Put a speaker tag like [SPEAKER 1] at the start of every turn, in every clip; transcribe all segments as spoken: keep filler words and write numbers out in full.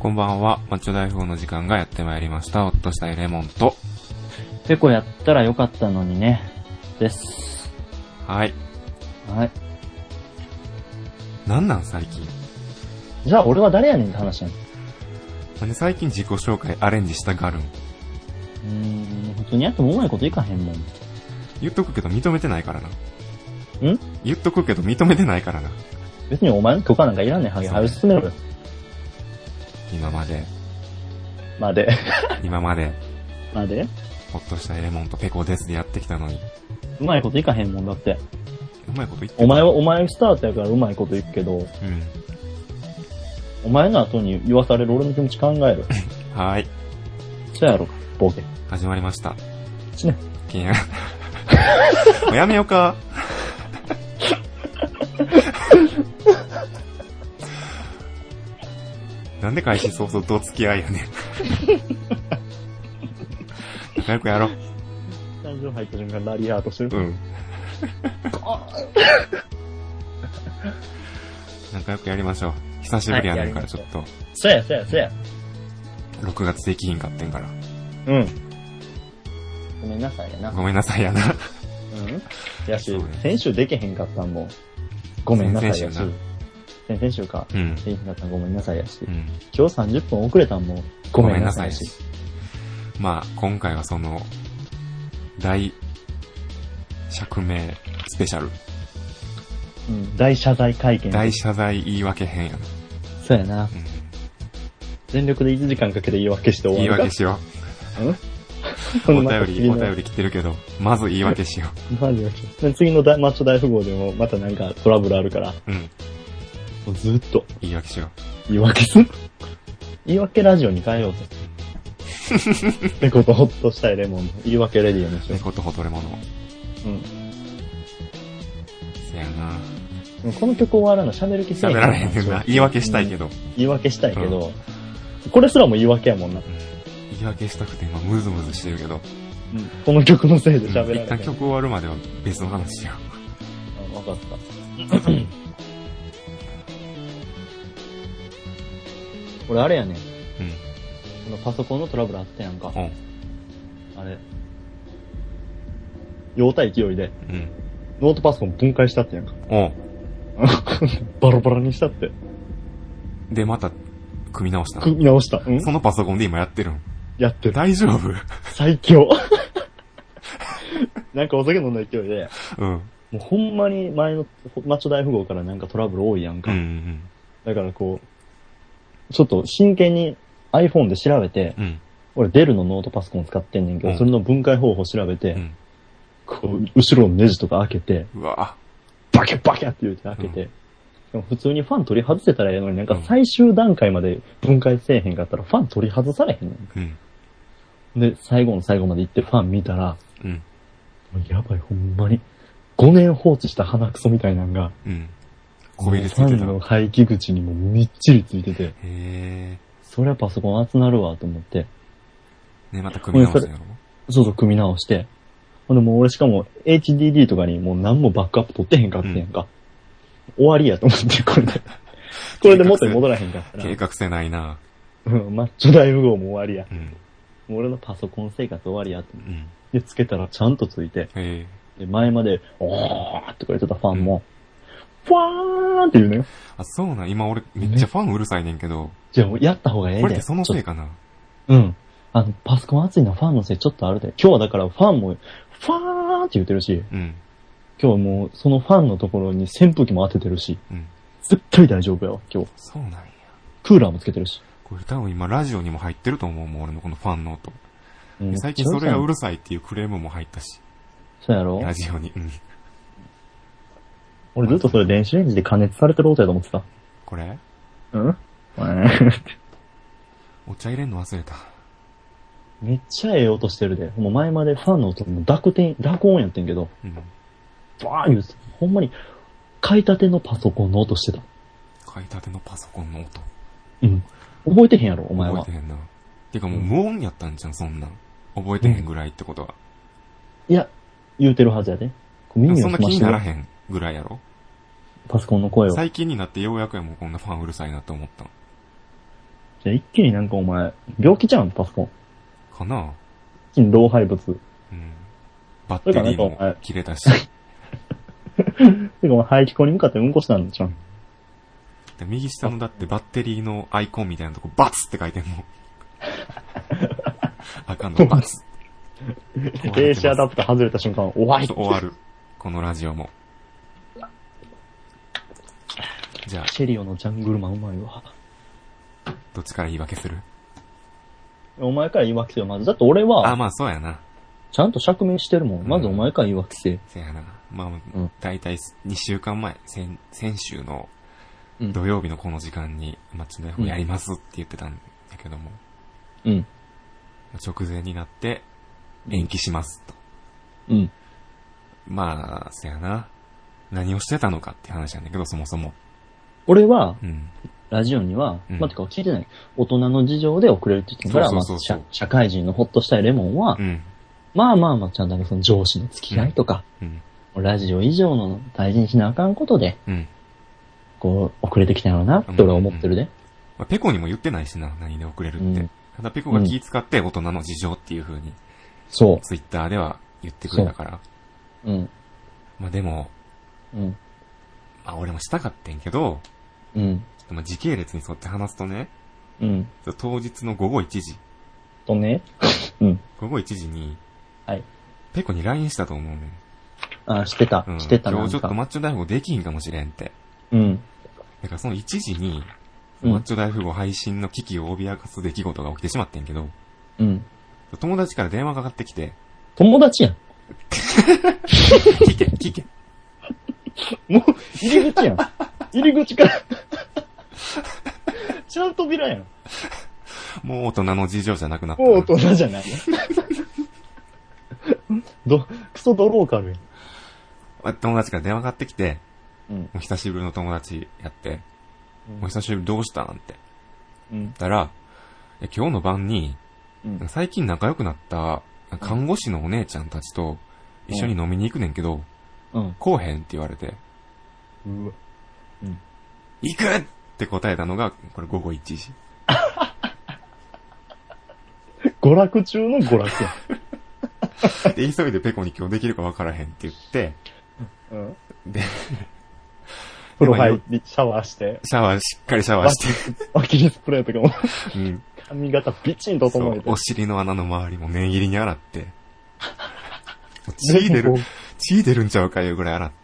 [SPEAKER 1] こんばんは、マッチョ大富豪の時間がやってまいりました。ほっとしたいレモンと、
[SPEAKER 2] ペコやったらよかったのにね、です。
[SPEAKER 1] はい。
[SPEAKER 2] はい。
[SPEAKER 1] なんなん最近。
[SPEAKER 2] じゃあ俺は誰やねんって話やん。
[SPEAKER 1] なんで最近自己紹介アレンジしたがるん。
[SPEAKER 2] うーん、普通にやってもうまいこといかへんもん。
[SPEAKER 1] 言っとくけど認めてないからな。
[SPEAKER 2] ん
[SPEAKER 1] 言っとくけど認めてないからな。
[SPEAKER 2] 別にお前の許可なんかいらんねん、ハゲ。はよ進めろよ。
[SPEAKER 1] 今まで。
[SPEAKER 2] まで。
[SPEAKER 1] 今まで。
[SPEAKER 2] まで
[SPEAKER 1] ほっとしたいレモンとペコですでやってきたのに。
[SPEAKER 2] うまいこといかへんもんだって。
[SPEAKER 1] うまいこと言って
[SPEAKER 2] お前は、お前スタートやからうまいこと言うけど、
[SPEAKER 1] うん。
[SPEAKER 2] お前の後に言わされる俺の気持ち考える。
[SPEAKER 1] はーい。
[SPEAKER 2] そうやろ、ボケ。
[SPEAKER 1] 始まりました。
[SPEAKER 2] しね。
[SPEAKER 1] いや。もうやめようか。なんで開始早々と付き合いやねん。仲良くやろう。
[SPEAKER 2] スタジオ入った瞬間ラリアートしてる。
[SPEAKER 1] うん。仲良くやりましょう。久しぶりやねんからちょっと。
[SPEAKER 2] そうや、そうや、そうや。
[SPEAKER 1] ろくがつできひんかってんから。
[SPEAKER 2] うん。ごめんなさいやな。
[SPEAKER 1] ごめんなさいやな。
[SPEAKER 2] うん。やし、
[SPEAKER 1] ね、
[SPEAKER 2] 先週できへんかったんも、ごめんなさいやし。
[SPEAKER 1] 先々週な。
[SPEAKER 2] 先々週か。
[SPEAKER 1] うん。
[SPEAKER 2] できへんかったんごめんなさいやし。
[SPEAKER 1] うん。
[SPEAKER 2] 今日さんじゅっぷん遅れたんも、ごめんなさいやし。
[SPEAKER 1] まあ、今回はその、大、釈明スペシャル。
[SPEAKER 2] うん。大謝罪会見。
[SPEAKER 1] 大謝罪言い訳編やな。
[SPEAKER 2] そうやな。うん。全力でいちじかんかけて言い訳して終わるか。
[SPEAKER 1] 言い訳しよう。うんお便り、お便り来てるけど、まず言い訳しよ
[SPEAKER 2] う。まず言い訳。次の大マッチョ大富豪でもまたなんかトラブルあるから。
[SPEAKER 1] うん。
[SPEAKER 2] もうずっと。
[SPEAKER 1] 言い訳しよう。
[SPEAKER 2] 言い訳すん言い訳ラジオに変えようぜ。ペコとホッとしたいレモンの言い訳レディオにしよう。
[SPEAKER 1] ペコとホトレモノ。
[SPEAKER 2] うん。
[SPEAKER 1] せやな。
[SPEAKER 2] この曲終わらな喋る気せえへん。
[SPEAKER 1] 喋られへんねんな。言い訳したいけど。うん、
[SPEAKER 2] 言い訳したいけど、うん、これすらも言い訳やもんな。うん、
[SPEAKER 1] 言い訳したくて今ムズムズしてるけど。
[SPEAKER 2] うん、この曲のせいで喋られへん。うん、
[SPEAKER 1] 一旦曲終わるまでは別の話しよ
[SPEAKER 2] う。あ、わかった。俺あれやねん。うん。このパソコンのトラブルあったやんか。うん。あれ。酔うた勢いで。うん。ノートパソコン分解したってやんか。うん。バラバラにしたって。
[SPEAKER 1] で、また、組み直した
[SPEAKER 2] 組み直した。
[SPEAKER 1] うん。そのパソコンで今やってるん？
[SPEAKER 2] やってる。
[SPEAKER 1] 大丈夫？
[SPEAKER 2] 最強。なんかお酒飲んだ勢いで。うん。もうほんまに前のマッチョ大富豪からなんかトラブル多いやんか。うんうんうん。だからこう、ちょっと真剣に iPhone で調べて、うん、俺デルのノートパソコン使ってんねんけど、うん、それの分解方法調べて、うん、こう、後ろのネジとか開けて、
[SPEAKER 1] うわ
[SPEAKER 2] バキャバキャって言って開けて、うん、でも普通にファン取り外せたらええのになんか最終段階まで分解せえへんかったらファン取り外されへんねん。うん、で、最後の最後まで行ってファン見たら、うん、やばい、ほんまに、ごねん放置した鼻くそみたいなんが、うんこびりついてた。ファンの排気口にもみっちりついてて。へー。そりゃパソコン熱なるわと思って。
[SPEAKER 1] ね、また組み直してやろ
[SPEAKER 2] そうそう、組み直して。ほんでもう俺しかも エイチディーディー とかにもう何もバックアップ取ってへんかってんか。うん、終わりやと思って、これで。これで元に戻らへんかったら。
[SPEAKER 1] 計画性ないな。
[SPEAKER 2] うん、マッチョ大富豪も終わりや。うん、もう俺のパソコン生活終わりやと思って。うん、で、つけたらちゃんとついて。へー。で、前まで、おーって言ってたファンも、うんファーンって言うのよ。
[SPEAKER 1] あ、そうなん。今俺めっちゃファンうるさいねんけど。
[SPEAKER 2] じゃあもうやった方がええで。
[SPEAKER 1] これってそのせいかな。
[SPEAKER 2] うん。あの、パソコン熱いのはファンのせいちょっとあるで。今日はだからファンも、ファーンって言ってるし。うん。今日はもうそのファンのところに扇風機も当ててるし。うん。絶対大丈夫やわ、今日。
[SPEAKER 1] そうなんや。
[SPEAKER 2] クーラーもつけてるし。
[SPEAKER 1] これ多分今ラジオにも入ってると思うもん、俺のこのファンの音。うん。最近それがうるさいっていうクレームも入ったし。
[SPEAKER 2] そうやろ？
[SPEAKER 1] ラジオに。うん。
[SPEAKER 2] 俺ずっとそれ電子レンジで加熱されてる音やと思ってた。
[SPEAKER 1] これ？
[SPEAKER 2] うん
[SPEAKER 1] お茶入れんの忘れた。
[SPEAKER 2] めっちゃええ音してるで。もう前までファンの音も濁点、濁音やってんけど。うん。バーン言うて、ほんまに買いたてのパソコンの音してた。
[SPEAKER 1] 買いたてのパソコンの音。
[SPEAKER 2] うん。覚えてへんやろ、お前は。
[SPEAKER 1] 覚えてへんな。てかもう無音やったんじゃん、そんなん。覚えてへんぐらいってことは。
[SPEAKER 2] うん、いや、言うてるはずやで。
[SPEAKER 1] 耳をそんな気にならへんぐらいやろ？
[SPEAKER 2] パソコンの声を。
[SPEAKER 1] 最近になってようやくやもうこんなファンうるさいなって思ったの。
[SPEAKER 2] じゃあ一気になんかお前、病気ちゃうん、パソコン。
[SPEAKER 1] かな
[SPEAKER 2] 一気に老廃物。
[SPEAKER 1] うん。バッテリーも切れたし。
[SPEAKER 2] てかお前排気口に向かってうんこしたんじゃん。
[SPEAKER 1] で右下のだってバッテリーのアイコンみたいなとこバツって書いてんもん。あかんのバツ。
[SPEAKER 2] エーシーアダプター外れた瞬間、終わり。
[SPEAKER 1] 終わる。このラジオも。じゃあ、
[SPEAKER 2] シェリオのジャングルマンうまいわ。
[SPEAKER 1] どっちから言い訳する？
[SPEAKER 2] お前から言い訳せよ、まず。だって俺は、
[SPEAKER 1] あ、まあそうやな。
[SPEAKER 2] ちゃんと釈明してるもん。まずお前から言い訳せよ。
[SPEAKER 1] せやな。まあ、
[SPEAKER 2] うん、
[SPEAKER 1] だいたいにしゅうかんまえ、先、先週の土曜日のこの時間に、マッチの F やりますって言ってたんだけども。
[SPEAKER 2] うん。
[SPEAKER 1] 直前になって、延期しますと。
[SPEAKER 2] うん。
[SPEAKER 1] まあ、せやな。何をしてたのかって話なんだけど、そもそも。
[SPEAKER 2] 俺は、
[SPEAKER 1] うん、
[SPEAKER 2] ラジオには、
[SPEAKER 1] うん、
[SPEAKER 2] まあ、てか聞いてない。大人の事情で遅れるって言ってるから、まあ、社会人のほっとしたいレモンは、
[SPEAKER 1] うん、
[SPEAKER 2] まあまあまあ、ちゃんとその上司の付き合いとか、
[SPEAKER 1] うん
[SPEAKER 2] うん、ラジオ以上の大事にしなあかんことで、
[SPEAKER 1] うん、
[SPEAKER 2] こう、遅れてきたよなって俺は思ってるで。うんうん
[SPEAKER 1] まあ、ペコにも言ってないしな、何で遅れるって。うん、ただペコが気遣って大人の事情っていう風に、
[SPEAKER 2] そう。
[SPEAKER 1] ツイッターでは言ってくれたから。
[SPEAKER 2] う。うん。
[SPEAKER 1] まあでも、
[SPEAKER 2] うん。
[SPEAKER 1] まあ俺もしたかってんけど、
[SPEAKER 2] うん。
[SPEAKER 1] まあ時系列に沿って話すとね、
[SPEAKER 2] うん。
[SPEAKER 1] 当日の午後いちじ。
[SPEAKER 2] とね、うん。
[SPEAKER 1] 午後いちじに、
[SPEAKER 2] はい。
[SPEAKER 1] ペコに ライン したと思うねん。
[SPEAKER 2] あ、してた。
[SPEAKER 1] うん、
[SPEAKER 2] してたな。
[SPEAKER 1] 今日ちょっとマッチョ大富豪できひんかもしれんって。
[SPEAKER 2] うん。
[SPEAKER 1] だからそのいちじに、
[SPEAKER 2] うん、
[SPEAKER 1] マッチョ大富豪配信の危機を脅かす出来事が起きてしまってんけど、
[SPEAKER 2] うん。
[SPEAKER 1] 友達から電話かかってきて、
[SPEAKER 2] 友達やん。
[SPEAKER 1] 聞け、聞け。
[SPEAKER 2] もう、入り口やん。入り口から。ちゃんと扉やん。
[SPEAKER 1] もう大人の事情じゃなくなった。
[SPEAKER 2] もう大人じゃないど、クソドローカルやん。
[SPEAKER 1] 友達から電話かかってきて、
[SPEAKER 2] うん、
[SPEAKER 1] もう久しぶりの友達やって、うん、もう久しぶりどうしたんって。
[SPEAKER 2] うん。
[SPEAKER 1] たら、今日の晩に、
[SPEAKER 2] うん、
[SPEAKER 1] 最近仲良くなった看護師のお姉ちゃんたちと一緒に飲みに行くねんけど、
[SPEAKER 2] うん。
[SPEAKER 1] 来おへんって言われて、
[SPEAKER 2] うわ。うん。
[SPEAKER 1] 行くって答えたのが、これ午後いちじ。
[SPEAKER 2] 娯楽中の娯楽や
[SPEAKER 1] ん。で、急いでペコに今日できるか分からへんって言って、
[SPEAKER 2] うん。
[SPEAKER 1] で、
[SPEAKER 2] 風呂入り、シャワーして。
[SPEAKER 1] シャワー、しっかりシャワーして。
[SPEAKER 2] アキレスプレーとかも。
[SPEAKER 1] うん。
[SPEAKER 2] 髪型ビチンと整えて。
[SPEAKER 1] お尻の穴の周りも念入りに洗って。血出る、血出るんちゃうかいうぐらい洗って。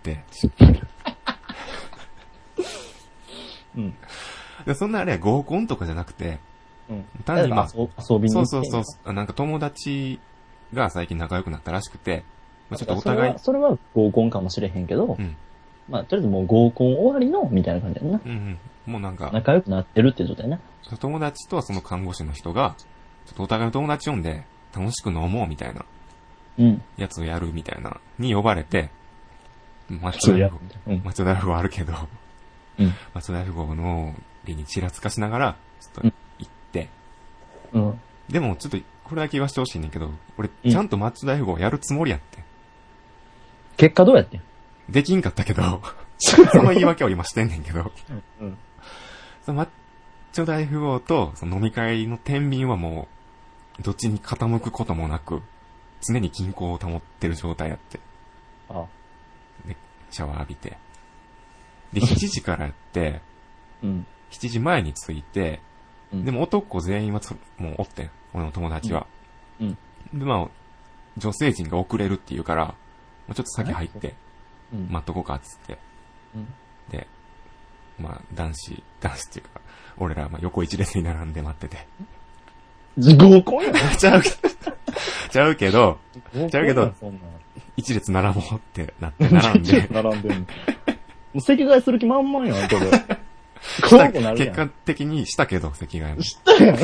[SPEAKER 2] うん。
[SPEAKER 1] でそんなあれは合コンとかじゃなくて、
[SPEAKER 2] うん。
[SPEAKER 1] 単純にまあ、
[SPEAKER 2] 遊びに
[SPEAKER 1] そうそうそう、なんか友達が最近仲良くなったらしくて、まあ、ちょっとお互い
[SPEAKER 2] それは、それは合コンかもしれへんけど、
[SPEAKER 1] うん。
[SPEAKER 2] まあ、とりあえずもう合コン終わりの、みたいな感じやな。
[SPEAKER 1] うんうん。もうなんか、
[SPEAKER 2] 仲良くなってるっていう状態な。
[SPEAKER 1] 友達とその看護師の人が、ちょっとお互いの友達呼んで、楽しく飲もうみたいな、
[SPEAKER 2] うん。
[SPEAKER 1] やつをやるみたいな、に呼ばれて、マッチョ大富豪、うん、マッチョ大富豪あるけど、
[SPEAKER 2] うん。
[SPEAKER 1] マッチョ大富豪のりにちらつかしながら、ちょっと行って、
[SPEAKER 2] うん。
[SPEAKER 1] でもちょっと、これだけ言わせてほしいねんけど、俺、ちゃんとマッチョ大富豪やるつもりやって。
[SPEAKER 2] 結果どうやってん？
[SPEAKER 1] できんかったけど、その言い訳を今してんねんけど、
[SPEAKER 2] うん。
[SPEAKER 1] そのマッチョ大富豪とその飲み会の天秤はもう、どっちに傾くこともなく、常に均衡を保ってる状態やって。
[SPEAKER 2] ああ。
[SPEAKER 1] で、シャワー浴びて。で、しちじからやって、
[SPEAKER 2] うん。
[SPEAKER 1] しちじまえに着いて、うん、でも男全員はもうおってん、俺の友達は。
[SPEAKER 2] うん。
[SPEAKER 1] うん、で、まあ、女性陣が遅れるって言うから、ちょっと先入って、うん、待っとこうかっつって。うん、で、まあ、男子、男子っていうか、俺らまあ横一列に並んで待ってて。
[SPEAKER 2] 合コンや
[SPEAKER 1] ちゃう、ちゃうけど、ちゃうけど、一列並ぼうってなって、並んで。
[SPEAKER 2] 並んでんの。もう席替えする気満々やん、これ。
[SPEAKER 1] した結果的にしたけど、席替えも。
[SPEAKER 2] したやん。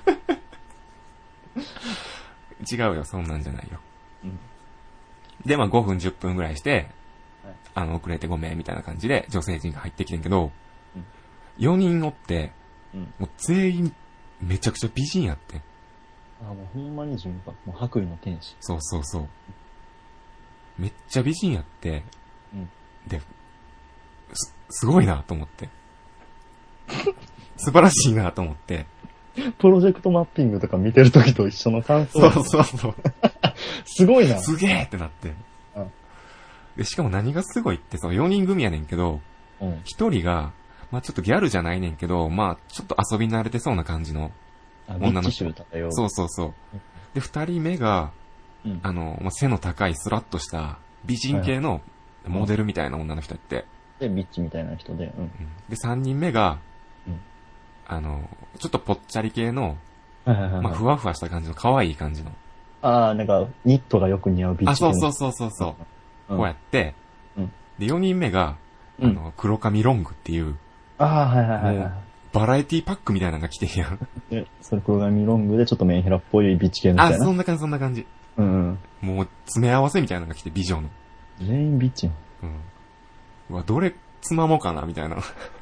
[SPEAKER 1] 違うよ、そんなんじゃないよ。
[SPEAKER 2] うん、
[SPEAKER 1] で、まあごふんじゅっぷんぐらいして、はい、あの、遅れてごめんみたいな感じで女性陣が入ってきてんけど、うん、よにんおって、うん、もう全員めちゃくちゃ美人やってん。
[SPEAKER 2] あ、もうほんまに自分か。もう白衣の天使。
[SPEAKER 1] そうそうそう。めっちゃ美人やって、うん、で、す、すごいなと思って。素晴らしいなと思って。
[SPEAKER 2] プロジェクトマッピングとか見てるときと一緒の感想。
[SPEAKER 1] そうそうそう。
[SPEAKER 2] すごいな。
[SPEAKER 1] すげえってなって。うん、でしかも何がすごいって、そう、よにん組やねんけど、うん、ひとりが、まあちょっとギャルじゃないねんけど、まあちょっと遊び慣れてそうな感じの女の人。そうそうそう。で、ふたりめが、うん、あの、まあ、背の高いスラッとした美人系のモデルみたいな女の人やって。
[SPEAKER 2] で、ビッチみたいな人で。うん、
[SPEAKER 1] で、さんにんめが、うん、あの、ちょっとぽっちゃり系の、はいはいはいはい、まあ、ふわふわした感じの可愛い感じの。
[SPEAKER 2] ああ、なんか、ニットがよく似合うビッチ。
[SPEAKER 1] あ、そうそうそうそうそう、うん。こうやって、うん、で、よにんめが、あの、うん、黒髪ロングっていう。
[SPEAKER 2] ああ、はいはいはい、はい。
[SPEAKER 1] バラエティパックみたいなのが来てんやん。
[SPEAKER 2] え、それ黒髪ロングでちょっとメンヘラっぽいビッチ系の人やな。
[SPEAKER 1] あ、そんな感じそんな感じ。うん、うん。もう、詰め合わせみたいなのが来て、美女の。
[SPEAKER 2] 全員ビッチやん。
[SPEAKER 1] うん。うわ、どれ、つまもうかなみたいな。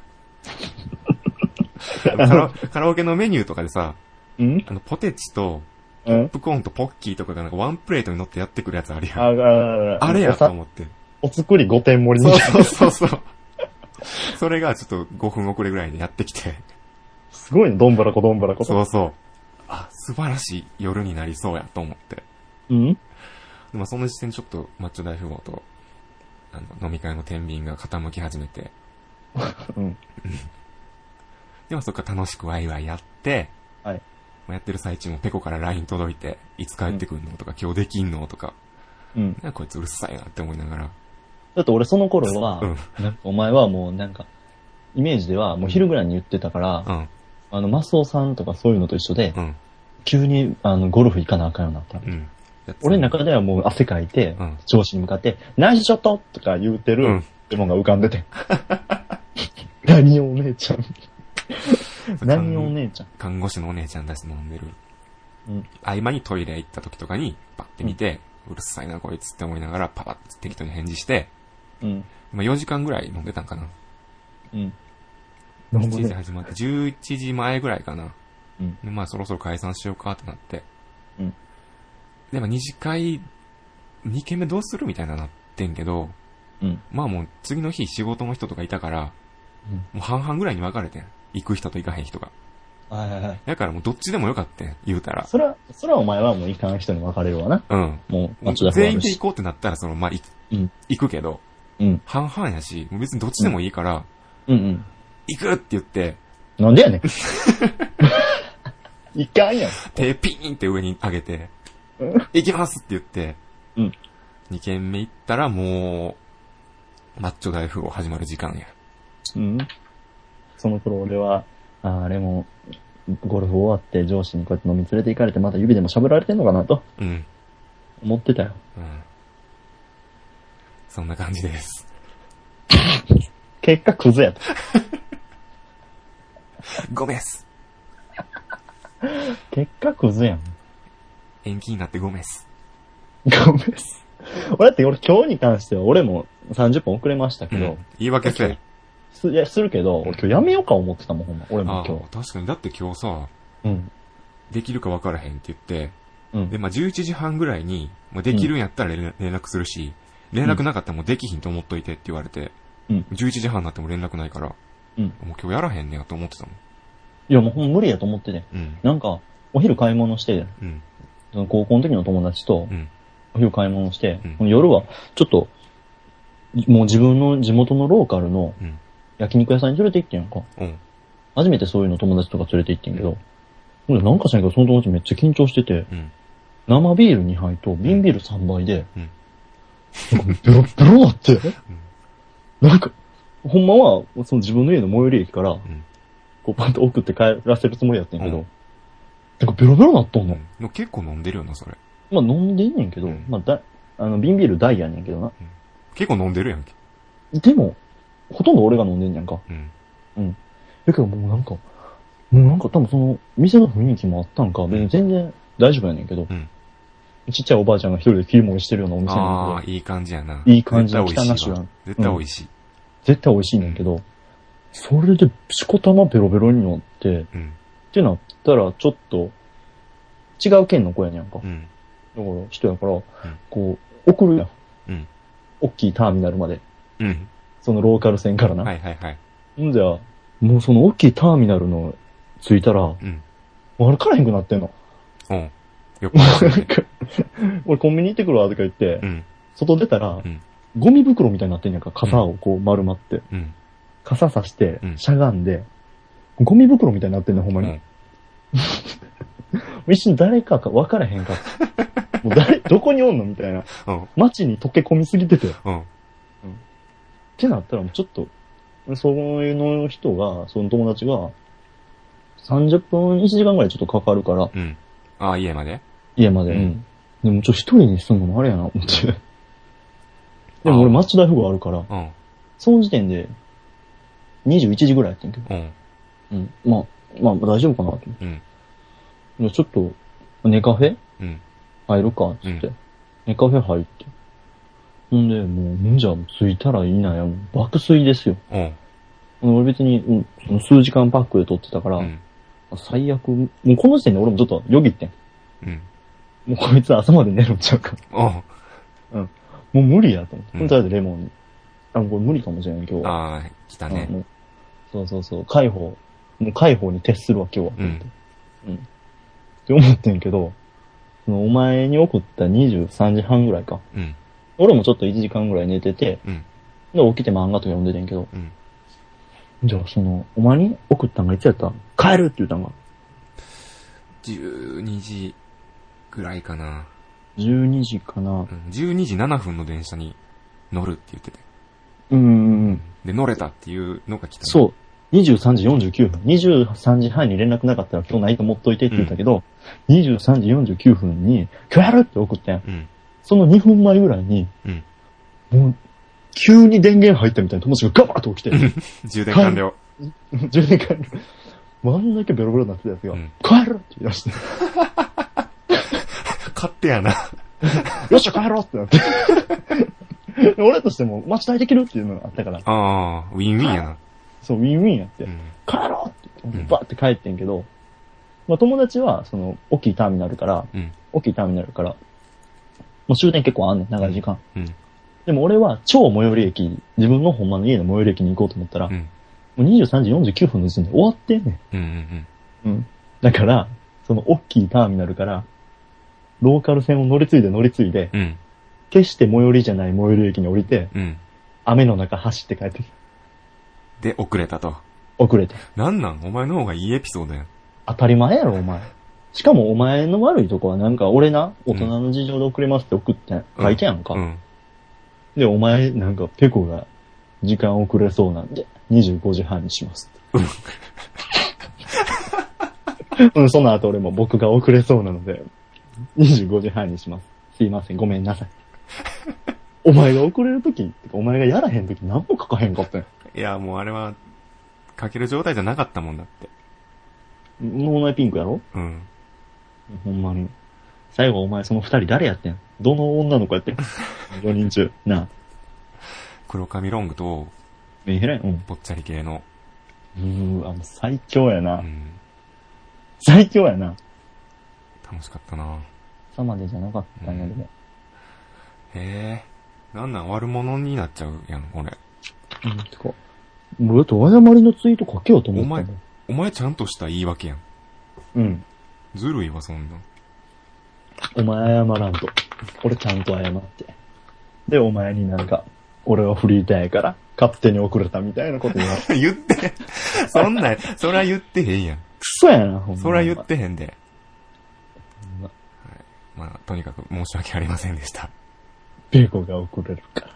[SPEAKER 1] カラ。カラオケのメニューとかでさ、んあの、ポテチと、ポップコーンとポッキーとかがなんかワンプレートに乗ってやってくるやつあるやん。あ、あ、あ、あれやと思って。
[SPEAKER 2] お作りごてん盛り
[SPEAKER 1] に。そうそうそうそう。それがちょっとごふん遅れぐらいでやってきて。
[SPEAKER 2] すごいね、どんぶらこどんぶらこ。
[SPEAKER 1] そうそう。あ、素晴らしい夜になりそうやと思って。うん？でもその時点でちょっとマッチョ大富豪と、あの、飲み会の天秤が傾き始めて。うん。でもそっから楽しくワイワイやって、はい。やってる最中もペコから ライン 届いて、いつ帰ってくんのとか、今日できんのとか。うん。こいつうるさいなって思いながら。
[SPEAKER 2] だって俺その頃は、うん、なんかお前はもうなんか、イメージではもう昼ぐらいに言ってたから、うん、あの、マスオさんとかそういうのと一緒で、うん、急にあのゴルフ行かなあかんようになった。うん、俺の中ではもう汗かいて、うん、上司に向かって、ナイスショットとか言うてるレモンが浮かんでて。何お姉ちゃん。何お姉ちゃん。
[SPEAKER 1] 看護師のお姉ちゃんたち飲んでる。うん、合間にトイレ行った時とかにパッて見て、うん、うるさいなこいつって思いながらパパッて適当に返事して、うん、まあよじかんぐらい飲んでたんかな。うん。しちじ始まって、じゅういちじまえぐらいかな。うん。で、まあそろそろ解散しようかってなって。うん。で、まあ二次会、にけんめどうするみたいななってんけど、うん。まあもう次の日仕事の人とかいたから、うん。もう半々ぐらいに分かれてん。行く人と行かへん人が。はいはいはい。だからもうどっちでもよかったん、言うたら。
[SPEAKER 2] それは、それはお前はもう行かん人に分かれるわな。うん。も
[SPEAKER 1] う、全員で行こうってなったら、その、まあ、い、うん、行くけど、うん。半々やし、もう別にどっちでもいいから、うん、うんうん。行くって言って、
[SPEAKER 2] なんでやねん。行かんやん。
[SPEAKER 1] 手ピーンって上に上げて、行きますって言って、うん。にけんめ行ったらもう、マッチョ大富豪始まる時間や。
[SPEAKER 2] うん。その頃俺は、ああれも、ゴルフ終わって上司にこうやって飲み連れて行かれてまた指でも喋られてんのかなと。うん。思ってたよ。うん。
[SPEAKER 1] そんな感じです。
[SPEAKER 2] 結果クズやと。
[SPEAKER 1] ごめんす。
[SPEAKER 2] 結果クズやん。
[SPEAKER 1] 延期になってごめんす。
[SPEAKER 2] ごめんす。俺だって俺今日に関しては俺もさんじゅっぷん遅れましたけど。うん、
[SPEAKER 1] 言い訳せえ。
[SPEAKER 2] す、いや、するけど、俺今日やめようか思ってたもん、ほんま。俺も今日。
[SPEAKER 1] 確かに。だって今日さ、うん。できるか分からへんって言って、うん。で、まあ、じゅういちじはんぐらいに、もうできるんやったら連絡するし、連絡なかったらもうできひんと思っといてって言われて、うん。じゅういちじはんになっても連絡ないから、うん。もう今日やらへんねやと思ってたもん。
[SPEAKER 2] いや、もうほん無理やと思ってて。うん。なんか、お昼買い物して、うん。その高校の時の友達と、うん。お昼買い物して、うん。夜は、ちょっと、もう自分の地元のローカルの、うん。焼肉屋さんに連れて行ってんやんか。うん。初めてそういうの友達とか連れて行ってんけど、うん、なんかしないけどその友達めっちゃ緊張してて、うん、生ビールにはいと瓶ビールさんばいで、うん、なんかベロベロなって、うん、なんか、ほんまはその自分の家の最寄り駅から、うん、こうパンと送って帰らせるつもりやってんけど、うん、なんかベロベロなっとんの。
[SPEAKER 1] うん、結構飲んでるよな、それ。
[SPEAKER 2] まあ飲んでんねんけど、うん、まあだ、あの瓶ビール大やねんけどな。うん、
[SPEAKER 1] 結構飲んでるやんけ。
[SPEAKER 2] でも、ほとんど俺が飲んでんじゃんか。うん。うん。だけどもうなんか、もうなんか多分その、店の雰囲気もあったんか、別に全然大丈夫やねんけど、うん。ちっちゃいおばあちゃんが一人で切り盛りしてるようなお店なんで。
[SPEAKER 1] ああ、いい感じやな。
[SPEAKER 2] いい感じの汚しが。
[SPEAKER 1] 絶対美味しい。うん、
[SPEAKER 2] 絶対美味しいねんけど、それでしこたまベロベロに乗って、うん。ってなったらちょっと、違う県の子やねんか。うん。だから人やから、うん、こう、送るやん。うん。大きいターミナルまで。うん。そのローカル線からな。
[SPEAKER 1] はいはいはい。
[SPEAKER 2] んじゃ、もうその大きいターミナルの着いたら、うん、 う歩かれへんくなってんの。
[SPEAKER 1] うん。よくわかる。
[SPEAKER 2] 俺コンビニ行ってくるわとか言って、うん、外出たら、うん、ゴミ袋みたいになってんやんか、傘をこう丸まって。うん、傘さして、しゃがんで、ゴミ袋みたいになってんねん、ほんまに。うん、一瞬誰かか分からへんかった。もう誰、どこにおんのみたいな。うん、街に溶け込みすぎてて。うんうん、ってなったらもうちょっと、そういうの人が、その友達が、さんじゅっぷん、いちじかんぐらいちょっとかかるから。
[SPEAKER 1] うん。ああ、家まで
[SPEAKER 2] 家まで。うん。でもちょっと一人に住むのもあれやな、思って。でも俺マッチ大富豪あるから、うん。その時点で、にじゅういちじぐらいやってんけど。うん。うん。まあ、まあ大丈夫かなと思って。うん。ちょっと、寝カフェうん。入るか、つって。うん、寝カフェ入って。ほんで、もう、んじゃ、着いたらいいなや、爆睡ですよ。うん。俺別に、うん、その数時間パックで撮ってたから、うん、最悪、もうこの時点で俺もちょっとよぎってん。うん。もうこいつ朝まで寝るんちゃうか。うん。もう無理やと思って。うん、とりあえずレモン。あ、もうこれ無理かもしれん、今日は。
[SPEAKER 1] ああ、来たね。もう
[SPEAKER 2] そうそうそう。解放。もう解放に徹するわ、今日は。うん。うん。って思ってんけど、そのお前に送ったにじゅうさんじはんぐらいか。うん。俺もちょっといちじかんぐらい寝てて、うん。で、起きて漫画とか読んでてんけど、うん。じゃあ、その、お前に送ったんがいつやった？帰るって言ったんが。
[SPEAKER 1] じゅうにじぐらいかな。
[SPEAKER 2] じゅうにじかな。うん。
[SPEAKER 1] じゅうにじななふんの電車に乗るって言ってて。
[SPEAKER 2] うんうんうん。
[SPEAKER 1] で、乗れたっていうのが来た、ね。
[SPEAKER 2] そう。にじゅうさんじよんじゅうきゅうふん。にじゅうさんじはんに連絡なかったら今日ないと思っといてって言ったけど、うん、にじゅうさんじよんじゅうきゅうふんに、帰るって送ってん。うん、そのにふんまえぐらいに、うん、もう、急に電源入ったみたいな友達がガバッと起きて。
[SPEAKER 1] 充電完了。
[SPEAKER 2] 充電完了。あんだけベロベロになってたやつが、うん、帰るって言い出して。
[SPEAKER 1] 勝手やな。
[SPEAKER 2] よっしゃ帰ろうってなって。俺としても、待ちたいできるっていうのがあったから。
[SPEAKER 1] ああ、ウィンウィンやな。
[SPEAKER 2] そう、ウィンウィンやって。うん、帰ろうって言って、バーって帰ってんけど、まあ友達は、その、大きいターミナルから、うん、大きいターミナルから、もう終電結構あんねん、長い時間。うん、でも俺は超最寄り駅、自分のほんまの家の最寄り駅に行こうと思ったら、うん、もうにじゅうさんじよんじゅうきゅうふんの時点で終わってんねん。うんうんうん。うん。だから、その大きいターミナルから、ローカル線を乗り継いで乗り継いで、うん、決して最寄りじゃない最寄り駅に降りて、うん、雨の中走って帰ってきた。
[SPEAKER 1] で、遅れたと。
[SPEAKER 2] 遅れて。
[SPEAKER 1] なんなんお前の方がいいエピソードやん。
[SPEAKER 2] 当たり前やろ、お前。しかもお前の悪いとこはなんか、俺な、大人の事情で遅れますって送って、うん、書いてやんか。うん。で、お前、なんか、ペコが、時間遅れそうなんで、にじゅうごじはんにしますって。うん、その後俺も僕が遅れそうなので、にじゅうごじはんにします。すいません、ごめんなさい。お前が遅れるとき、お前がやらへんとき何も書かへんかったん。
[SPEAKER 1] いや、もうあれは、書ける状態じゃなかったもんだって。
[SPEAKER 2] 脳内ピンクやろ？うん。ほんまに。最後お前その二人誰やってん？どの女の子やってん？よにん中。なあ。
[SPEAKER 1] 黒髪ロングと、
[SPEAKER 2] メンヘラやん。うん。
[SPEAKER 1] ぽっちゃり系の。
[SPEAKER 2] うーわ、もう最強やな。うん。最強やな。
[SPEAKER 1] 楽しかったな。
[SPEAKER 2] 朝までじゃなかったんやけど。
[SPEAKER 1] うん、へえ。なんなん悪者になっちゃうやん、俺。
[SPEAKER 2] うん、てか。もうだって謝りのツイート書けようと思った
[SPEAKER 1] の。お前、お前ちゃんとした言い訳やん。うん。ずるいわ、そんな。
[SPEAKER 2] お前謝らんと。俺ちゃんと謝って。で、お前になんか、俺はフリーターやから、勝手に遅れたみたいなこと言われ
[SPEAKER 1] 言って。そんな、そら言ってへんやん。
[SPEAKER 2] くそやな、ほんま。
[SPEAKER 1] そら言ってへんで。はい、まあ、とにかく申し訳ありませんでした。
[SPEAKER 2] ペコが遅れるから。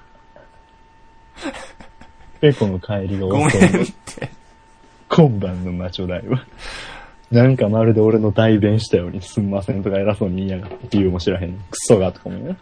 [SPEAKER 2] ペコの帰りが遅い。
[SPEAKER 1] ごめんって。
[SPEAKER 2] 今晩のマチョライブ。なんかまるで俺の代弁したようにすんませんとか偉そうに言いやがって理由も知らへん。クソがとかもね。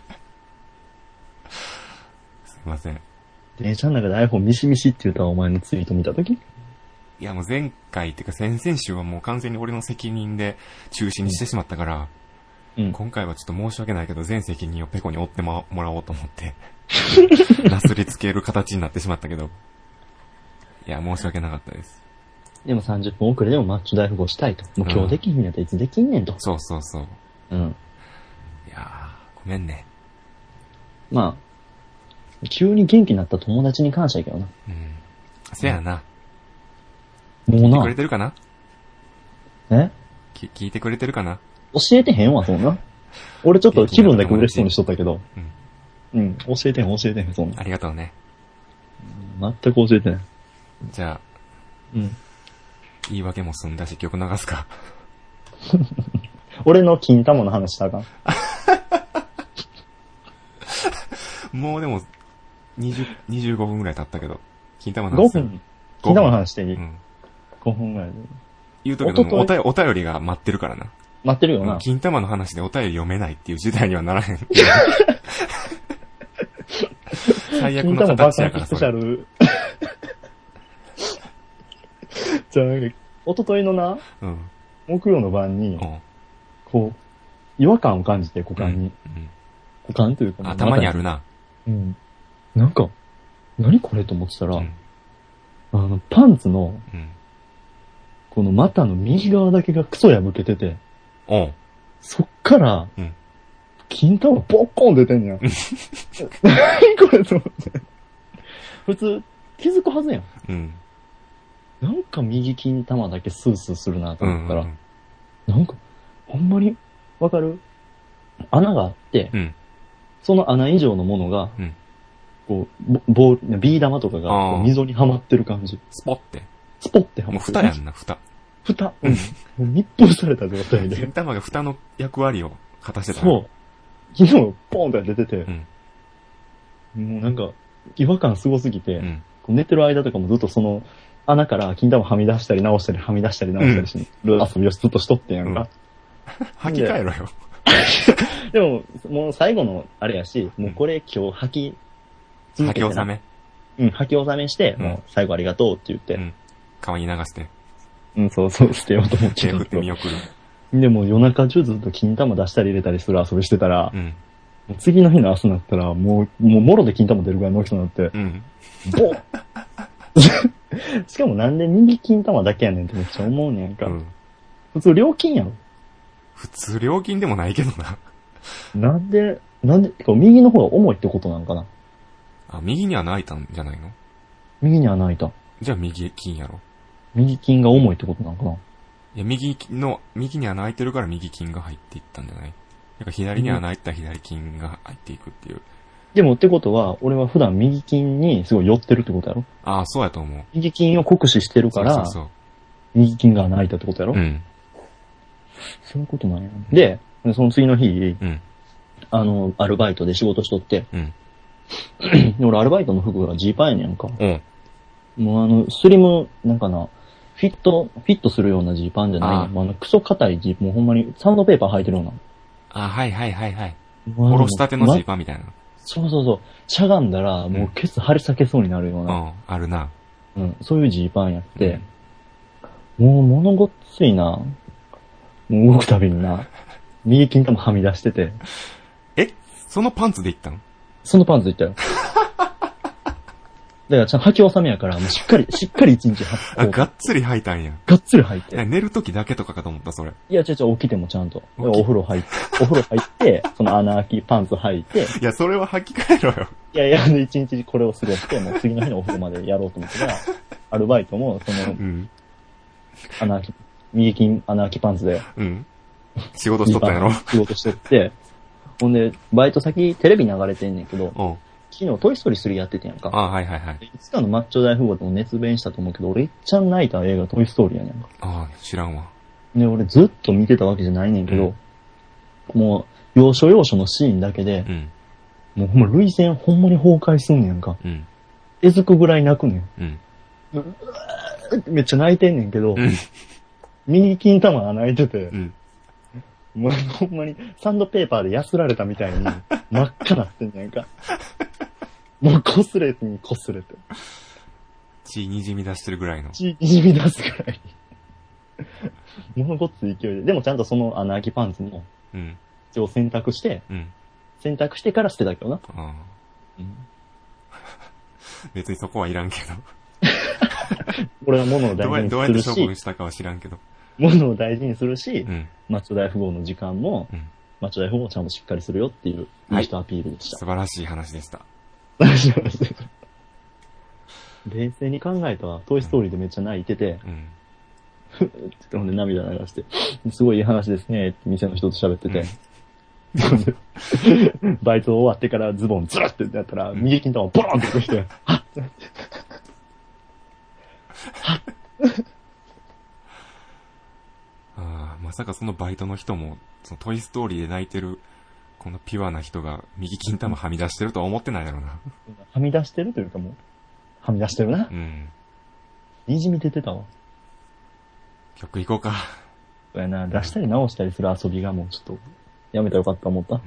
[SPEAKER 1] すいません。
[SPEAKER 2] 電車の中で iPhone ミシミシって言ったお前のツイート見たとき？
[SPEAKER 1] いやもう前回っていうか先々週はもう完全に俺の責任で中止にしてしまったから、うん、今回はちょっと申し訳ないけど全責任をペコに負ってもらおうと思って。なすりつける形になってしまったけど。いや、申し訳なかったです。
[SPEAKER 2] でもさんじゅっぷん遅れでもマッチ大富豪したいと。もう今日できひんやったらいつできんねんと。うん、
[SPEAKER 1] そうそうそう。うん。いやー、ごめんね。
[SPEAKER 2] まあ、急に元気になった友達に感謝やけどな。うん。
[SPEAKER 1] せやな。
[SPEAKER 2] もうな。
[SPEAKER 1] 来てくれてるかな？
[SPEAKER 2] え？
[SPEAKER 1] き聞いてくれてるかな？
[SPEAKER 2] 教えてへんわ、そんな。俺ちょっと気分だけ嬉しそうにしとったけど。うん。うん。教えてへん、教えてへん、そんな。
[SPEAKER 1] ありがとうね。
[SPEAKER 2] 全く教えてない。
[SPEAKER 1] じゃあ、
[SPEAKER 2] うん。
[SPEAKER 1] 言い訳も済んだし曲流すか。
[SPEAKER 2] 俺の金玉の話したらあか
[SPEAKER 1] ん。もうでも、にじゅう、にじゅうごふんぐらい経ったけど、金玉の
[SPEAKER 2] 話。
[SPEAKER 1] 話。
[SPEAKER 2] ごふん。金玉の話していい？うん。ごふんぐらいで。
[SPEAKER 1] 言うとけど、お便り、お便りが待ってるからな。
[SPEAKER 2] 待ってるよな。
[SPEAKER 1] 金玉の話でお便り読めないっていう時代にはならへん。最悪の形やからそれ。金玉爆発スペシャル。じゃあ、なんか、おとといのな、うん、木曜の晩に、うん、こう、違和感を感じて、股間に。うんうん、股間というか、頭にあるな。うん。なんか、何これと思ってたら、うん、あの、パンツの、うん、この股の右側だけがクソ破けてて、うん、そっから、うん、金玉ボッコン出てんねや。何これと思って。普通、気づくはずやん。うん、なんか右金玉だけスースーするなと思ったら、うんうんうん、なんか、ほんまに、わかる？穴があって、うん、その穴以上のものが、うん、こう、ボール、ビー玉とかが溝にはまってる感じ。スポって。スポってはまってる。もう蓋やんな、蓋。蓋。うん。もう密封された状態で。金玉が蓋の役割を果たしてた。そう。昨日ポンって出てて、うん、もうなんか、違和感すごすぎて、うん、寝てる間とかもずっとその、穴から金玉はみ出したり直したりはみ出したり直したりし、うん、遊びをずっとしとってんやんか。うん、吐き替えろよ。でも、もう最後のあれやし、もうこれ今日吐き続けて、吐き納め。うん、吐き納めして、うん、もう最後ありがとうって言って。うん。川に流して。うん、そうそう、捨てようと思って。手振って見送る。でも夜中中ずっと金玉出したり入れたりする遊びしてたら、うん、もう次の日の朝になったら、もう、もうもろで金玉出るぐらいの大きさになって、うん。ボッしかもなんで右金玉だけやねんってめっちゃ思うねんか。うん、普通両金やろ。普通両金でもないけどな。なんで、なんで、右の方が重いってことなんかな。あ、右には開いたんじゃないの？右には開いた。じゃあ右金やろ。右金が重いってことなんかな。いや、右の、右には開いてるから右金が入っていったんじゃない？なんか左には開いた左金が入っていくっていう。でもってことは、俺は普段右金にすごい寄ってるってことやろ？ああ、そうやと思う。右金を酷使してるから、そうそうそう、右金が開いたってことやろ？うん。そういうことなんや。で、その次の日、うん、あの、アルバイトで仕事しとって、うん、俺アルバイトの服がジーパンやねんか。うん、もうあの、スリム、なんかな、フィット、フィットするようなジーパンじゃない。あもうあの、クソ硬いジーパン、もうほんまにサンドペーパー履いてるような。あ、はいはいはいはい。おろしたてのジーパンみたいな。そうそうそう。しゃがんだら、もうケツ張り裂けそうになるような。うん、あるな。うん、そういうジーパンやって、うん、もう物ごっついな。もう動くたびにな、右金玉はみ出してて。え？そのパンツで行ったの？そのパンツで行ったよ。だからちゃんと履き納めやから、もうしっかり、しっかり一日履く。あ、がっつり履いたんや。がっつり履いて。寝るときだけとかかと思った、それ。いや、違う違う、起きてもちゃんと。お風呂入って、お風呂入って、その穴開きパンツ履いて。いや、それは履き替えろよ。いやいや、一日これを過ごして、もう次の日のお風呂までやろうと思ったら、アルバイトも、その、うん、穴開き、右金穴開きパンツで。うん。仕事しとったんやろ？仕事しとって。ほんで、バイト先テレビ流れてんねんけど、うん、昨日トイストーリースリーやっててんやんか。あ、はいはいはい。いつかのマッチョ大富豪でも熱弁したと思うけど、俺いっちゃん泣いた映画トイストーリーやねんか。ああ、知らんわ。で、俺ずっと見てたわけじゃないねんけど、うん、もう、要所要所のシーンだけで、うん、もうほんま涙腺ほんまに崩壊すんねんか。うん。えずくぐらい泣くねん。うん。うわーめっちゃ泣いてんねんけど、うん、右金玉穴開いてて、うん、もうほんまにサンドペーパーでやすられたみたいに真っ赤なってんねんか。もう擦れに擦れて。血にじみ出してるぐらいの。血にじみ出すぐらい。ものごっつ勢いで。でもちゃんとその穴開きパンツも、うん。一応洗濯して、うん。洗濯してから捨てたけどな。ああ。うん。別にそこはいらんけど。俺は物を大事にするし。どうやって処分したかは知らんけど。物を大事にするし、うん、マッチョ大富豪の時間も、うん、マッチョ大富豪をちゃんとしっかりするよっていう、いい人アピールでした。素晴らしい話でした。冷静に考えたわ。トイストーリーでめっちゃ泣いてて、うん、
[SPEAKER 2] ほんで涙流して、すごいいい話ですねって店の人と喋ってて。バイト終わってからズボンズラってやったら、右金玉ボロンって出てきて、はっってなって。はっ
[SPEAKER 1] ああ、まさかそのバイトの人も、そのトイストーリーで泣いてる、このピュアな人が右金玉はみ出してるとは思ってないだろうな。
[SPEAKER 2] はみ出してるというかもう、はみ出してるな。
[SPEAKER 1] うん。
[SPEAKER 2] にじみ出てたわ。
[SPEAKER 1] 曲行こうか。
[SPEAKER 2] そうやな、出したり直したりする遊びがもうちょっと、やめたらよかったと思った。うん、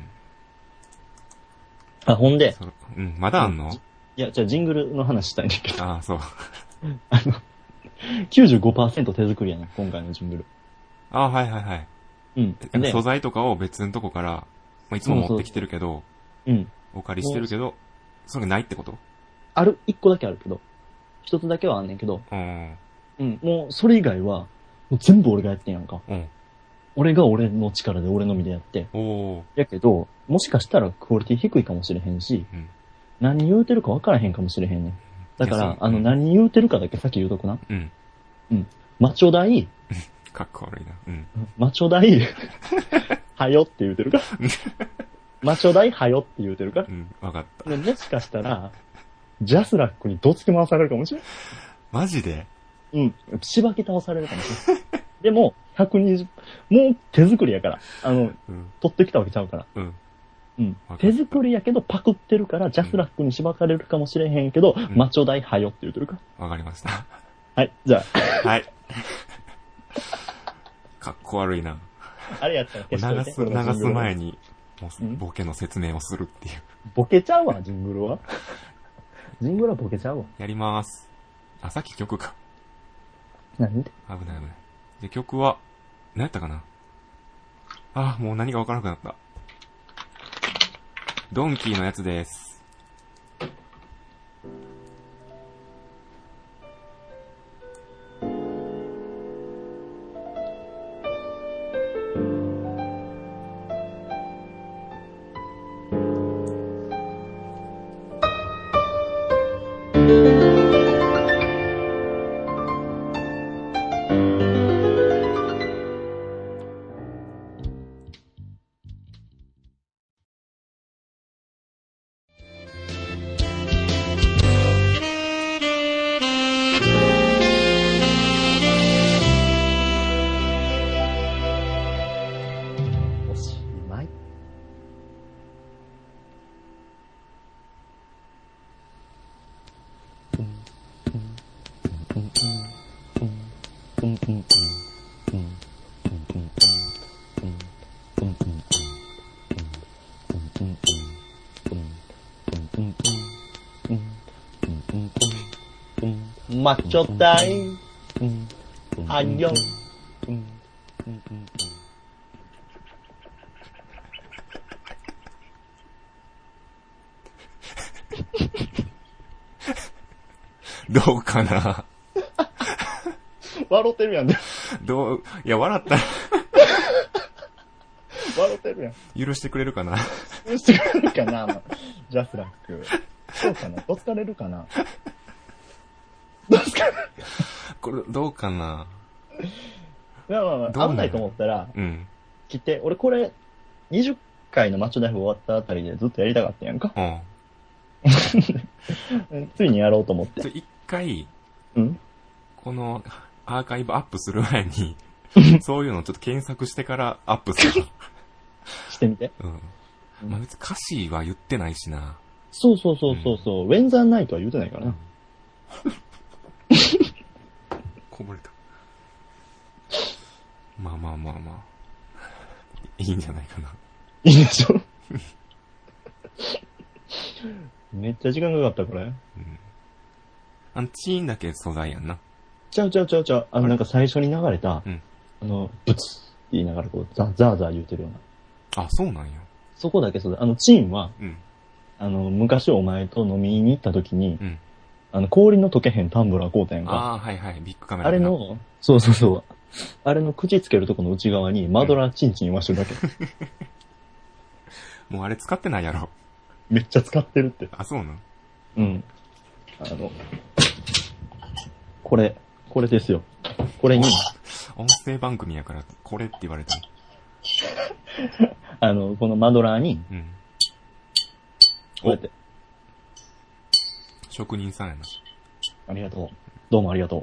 [SPEAKER 2] あ、ほんで。
[SPEAKER 1] うん、まだあんの？
[SPEAKER 2] いや、じゃあジングルの話したいんだけど。
[SPEAKER 1] ああ、そう。
[SPEAKER 2] あの、きゅうじゅうごパーセント 手作りやな、今回のジングル。
[SPEAKER 1] ああ、はいはいはい。
[SPEAKER 2] うん。
[SPEAKER 1] で、素材とかを別のとこから、まあ、いつも持ってきてるけど、
[SPEAKER 2] うん。
[SPEAKER 1] お借りしてるけど、それがないってこと？
[SPEAKER 2] ある、一個だけあるけど、一つだけはあんねんけど、うん。うん。もう、それ以外は、もう全部俺がやってんやんか。うん。俺が俺の力で俺の身でやって。おー。やけど、もしかしたらクオリティ低いかもしれへんし、うん、何言うてるか分からへんかもしれへんねん。だから、あの、うん、何言うてるかだけさっき言うとくな。うん。うん。マチョ大、
[SPEAKER 1] かっこ悪いな。うん。
[SPEAKER 2] マチョ大、はよって言うてるかマチョ大はよって言うてるか。
[SPEAKER 1] うん、わかった。
[SPEAKER 2] もしかしたら、ジャスラックにどつき回されるかもしれん。
[SPEAKER 1] マジで？
[SPEAKER 2] うん。しばき倒されるかもしれん。でも、ひゃくにじゅう、もう手作りやから。あの、うん、取ってきたわけちゃうから。うん。うん。手作りやけどパクってるから、ジャスラックにしばかれるかもしれへんけど、うん、マチョ大はよって言うてるか。
[SPEAKER 1] わかりました。
[SPEAKER 2] はい、じゃあ。
[SPEAKER 1] はい。かっこ悪いな。
[SPEAKER 2] あれやったら
[SPEAKER 1] 消しといて。流す、流す前に、もうボケの説明をするっていう。
[SPEAKER 2] ボケちゃうわ、ジングルは。ジングルはボケちゃうわ。
[SPEAKER 1] やりまーす。あ、さっき曲か。
[SPEAKER 2] 何で？
[SPEAKER 1] 危ない危ない。で、曲は、何やったかな？あ、もう何かわからなくなった。ドンキーのやつです。マッチョ大、あんよ。どうかな
[SPEAKER 2] 笑ってるやんね。
[SPEAKER 1] どう、いや、笑ったら
[SPEAKER 2] 笑ってるや
[SPEAKER 1] ん。許してくれるかな
[SPEAKER 2] 許してくれるかなジャスラック。どうかなどつかれるかなどつかれる
[SPEAKER 1] これ、どうかな。
[SPEAKER 2] いや、まあまあ、危ないと思ったら、うん。切って、俺これ、にじゅっかいのマッチョナイフ終わったあたりでずっとやりたかったやんか。うん。ついにやろうと思って。
[SPEAKER 1] 一回、
[SPEAKER 2] うん。
[SPEAKER 1] この、アーカイブアップする前に、そういうのをちょっと検索してからアップする。
[SPEAKER 2] してみて。
[SPEAKER 1] うん。まあ別に歌詞は言ってないしな。
[SPEAKER 2] そうそうそうそうそう、うん、ウェンザーナイトは言うてないからな。
[SPEAKER 1] こぼれた。まあまあまあまあ。いいんじゃないかな。
[SPEAKER 2] いいでしょめっちゃ時間かかったこれ。うん。
[SPEAKER 1] あの、チーンだけ素材やんな。
[SPEAKER 2] ちゃうちゃうちゃうちゃう。あの、なんか最初に流れた、うん、あの、ブツって言いながらこう、ザ、ザーザー言うてるよう
[SPEAKER 1] な。あ、そうなんや。
[SPEAKER 2] そこだけそうだ。あの、チーンは、うん、あの、昔お前と飲みに行った時に、うん、あの、氷の溶けへんタンブラー買うたやんか。
[SPEAKER 1] ああ、はいはい、ビッグカメラ。
[SPEAKER 2] あれの、そうそうそう。あれの口つけるとこの内側にマドラーチンチン言わしてるだけ。
[SPEAKER 1] もうあれ使ってないやろ。
[SPEAKER 2] めっちゃ使ってるって。
[SPEAKER 1] あ、そうなん？
[SPEAKER 2] うん。あの、これ、これですよ。これに、
[SPEAKER 1] 音声番組やから、これって言われたの。
[SPEAKER 2] あの、このマドラーに、うん。こうやって。
[SPEAKER 1] 職人さんやな。
[SPEAKER 2] ありがとう。どうもありがとう。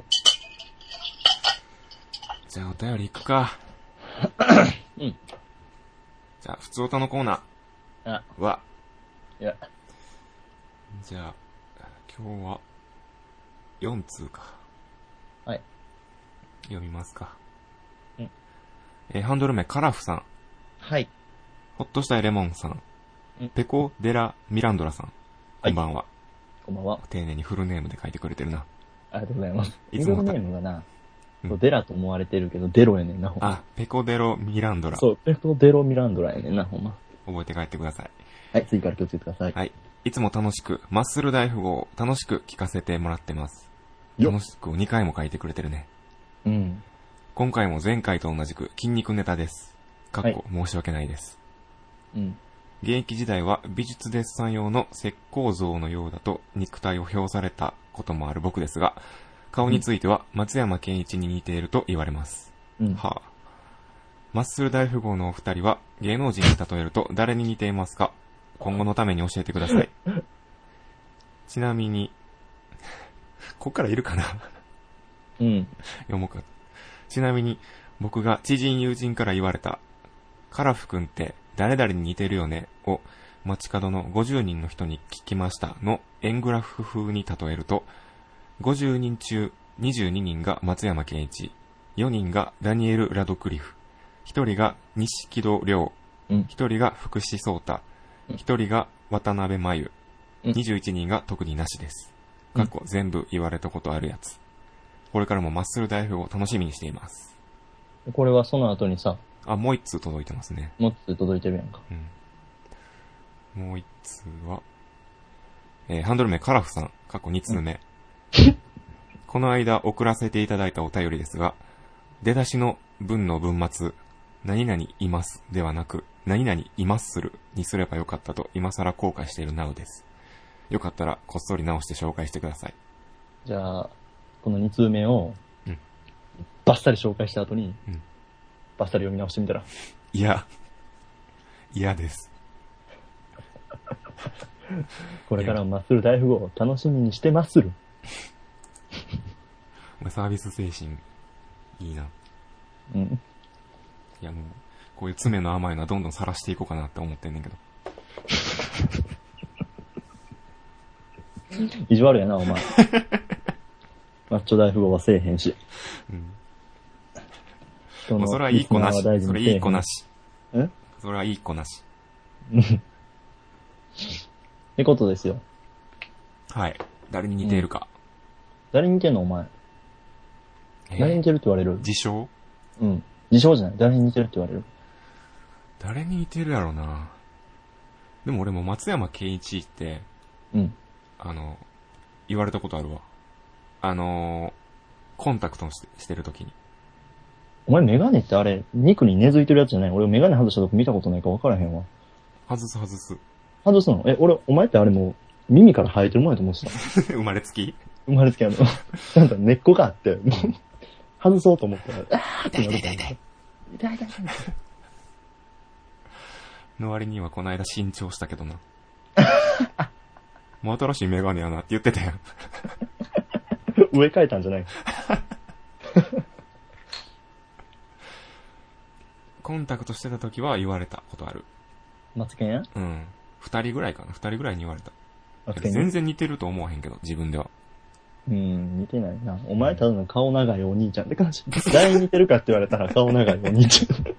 [SPEAKER 1] じゃあお便り行くか。うん。じゃあ、普通歌のコーナー。あ。は。いや。じゃあ、今日は、よん通か。はい。読みますか。うん。えー、ハンドル名、カラフさん。はい。ほっとしたいレモンさん。うん。ペコ・デラ・ミランドラさん。こんばんは。はい、こんばんは。丁寧にフルネームで書いてくれてるな。ありがとうございます。いつもミドルネームがな、うん、デラと思われてるけど、デロやねんな、ほんま。あ、ペコ・デロ・ミランドラ。そう、ペコ・デロ・ミランドラやねんな、ほんま。覚えて帰ってください。はい、次から気をつけてください。はい。いつも楽しく、マッスル大富豪を楽しく聞かせてもらってます。楽しくにかいも書いてくれてるね。うん。今回も前回と同じく筋肉ネタです。かっこ、はい、申し訳ないです。うん。現役時代は美術デッサン用の石膏像のようだと肉体を評されたこともある僕ですが、顔については松山ケンイチに似ていると言われます。うん。はあ。マッスル大富豪のお二人は芸能人に例えると誰に似ていますか？今後のために教えてください。ちなみに、こっからいるかなうん。読もうか。ちなみに、僕が知人友人から言われた、カラフ君って誰々に似てるよねを街角のごじゅうにんの人に聞きましたの円グラフ風に例えると、ごじゅうにん中にじゅうににんが松山ケンイチ、よにんがダニエル・ラドクリフ、ひとりが錦戸亮、ひとりが福士蒼太、ひとりが渡辺真由、にじゅういちにんが特になしです。過去全部言われたことあるやつ。これからもマッスル大富豪を楽しみにしています。これはその後にさ、あ、もう一通届いてますね。もう一通届いてるやんか。うん。もう一通は、えー、ハンドル名カラフさん、過去に通目。うん、この間送らせていただいたお便りですが、出だしの文の文末、何々いますではなく、何々いますするにすればよかったと今更後悔しているナウです。よかったらこっそり直して紹介してください。じゃあ、このに通目を、うん、バッサリ紹介した後に、うん、バッサリ読み直してみたら。いや、嫌です。これからもマッスル大富豪を楽しみにしてまする。お前サービス精神、いいな。うん。いやもう、こういう爪の甘いのはどんどん晒していこうかなって思ってんねんけど。意地悪やな、お前。マッチョ大富豪はせえへんし。うん。もうそれはいい子なし。それいい子なし。え？それはいい子なし。ってことですよ。はい。誰に似ているか。うん、誰に似てんのお前。誰に似てるって言われる？自称？うん。自称じゃない。誰に似てるって言われる？誰に似てるやろな。でも俺も松山ケンイチって、うん。あの、言われたことあるわ。あのー、コンタクトして、してるときに。お前メガネってあれ、肉に根付いてるやつじゃない？俺メガネ外したとこ見たことないか分からへんわ。外す外す。外すの？え、俺、お前ってあれもう耳から生えてるもんやと思ってた。生まれつき生まれつきあの、なんか根っこがあって、もう、外そうと思ったら、あーってなるから。痛い痛い痛い痛い痛い。の割にはこの間新調したけどな。もう新しいメガネやなって言ってたやん。上変えたんじゃない？コンタクトしてた時は言われたことある。マツケンや？うん。二人ぐらいかな。二人ぐらいに言われた。全然似てると思わへんけど、自分では。うん、似てないな。お前ただの顔長いお兄ちゃんって感じ。誰に似てるかって言われたら顔長いお兄ちゃん。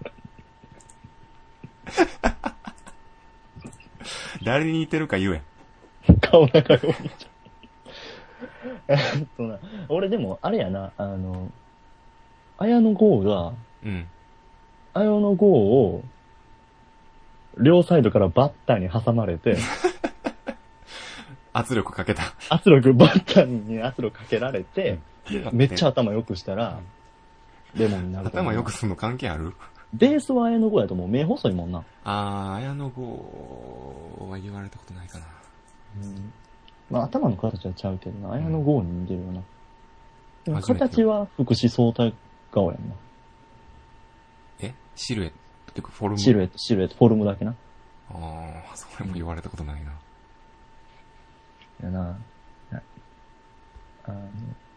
[SPEAKER 1] 誰に似てるか言え。顔長いお兄ちゃん。えっとな、俺でも、あれやな、あの、綾野剛が、うん。綾野剛を、両サイドからバッターに挟まれて、圧力かけた。圧力、バッターに圧力かけられて、うん、めっちゃ頭良くしたら、うん、レモンになる。頭良くするの関係ある？ベースは綾野剛やと思う。目細いもんな。あー、綾野剛は言われたことないかな。うん。まあ頭の形はちゃうけどな。綾野剛に似てるよな。うん、でも形は福士蒼太顔やんな。 シルエットっていうかフォルム。
[SPEAKER 2] シルエット、シルエット、フォルムだけな。
[SPEAKER 1] ああ、それも言われたことないな。
[SPEAKER 2] やな。あの、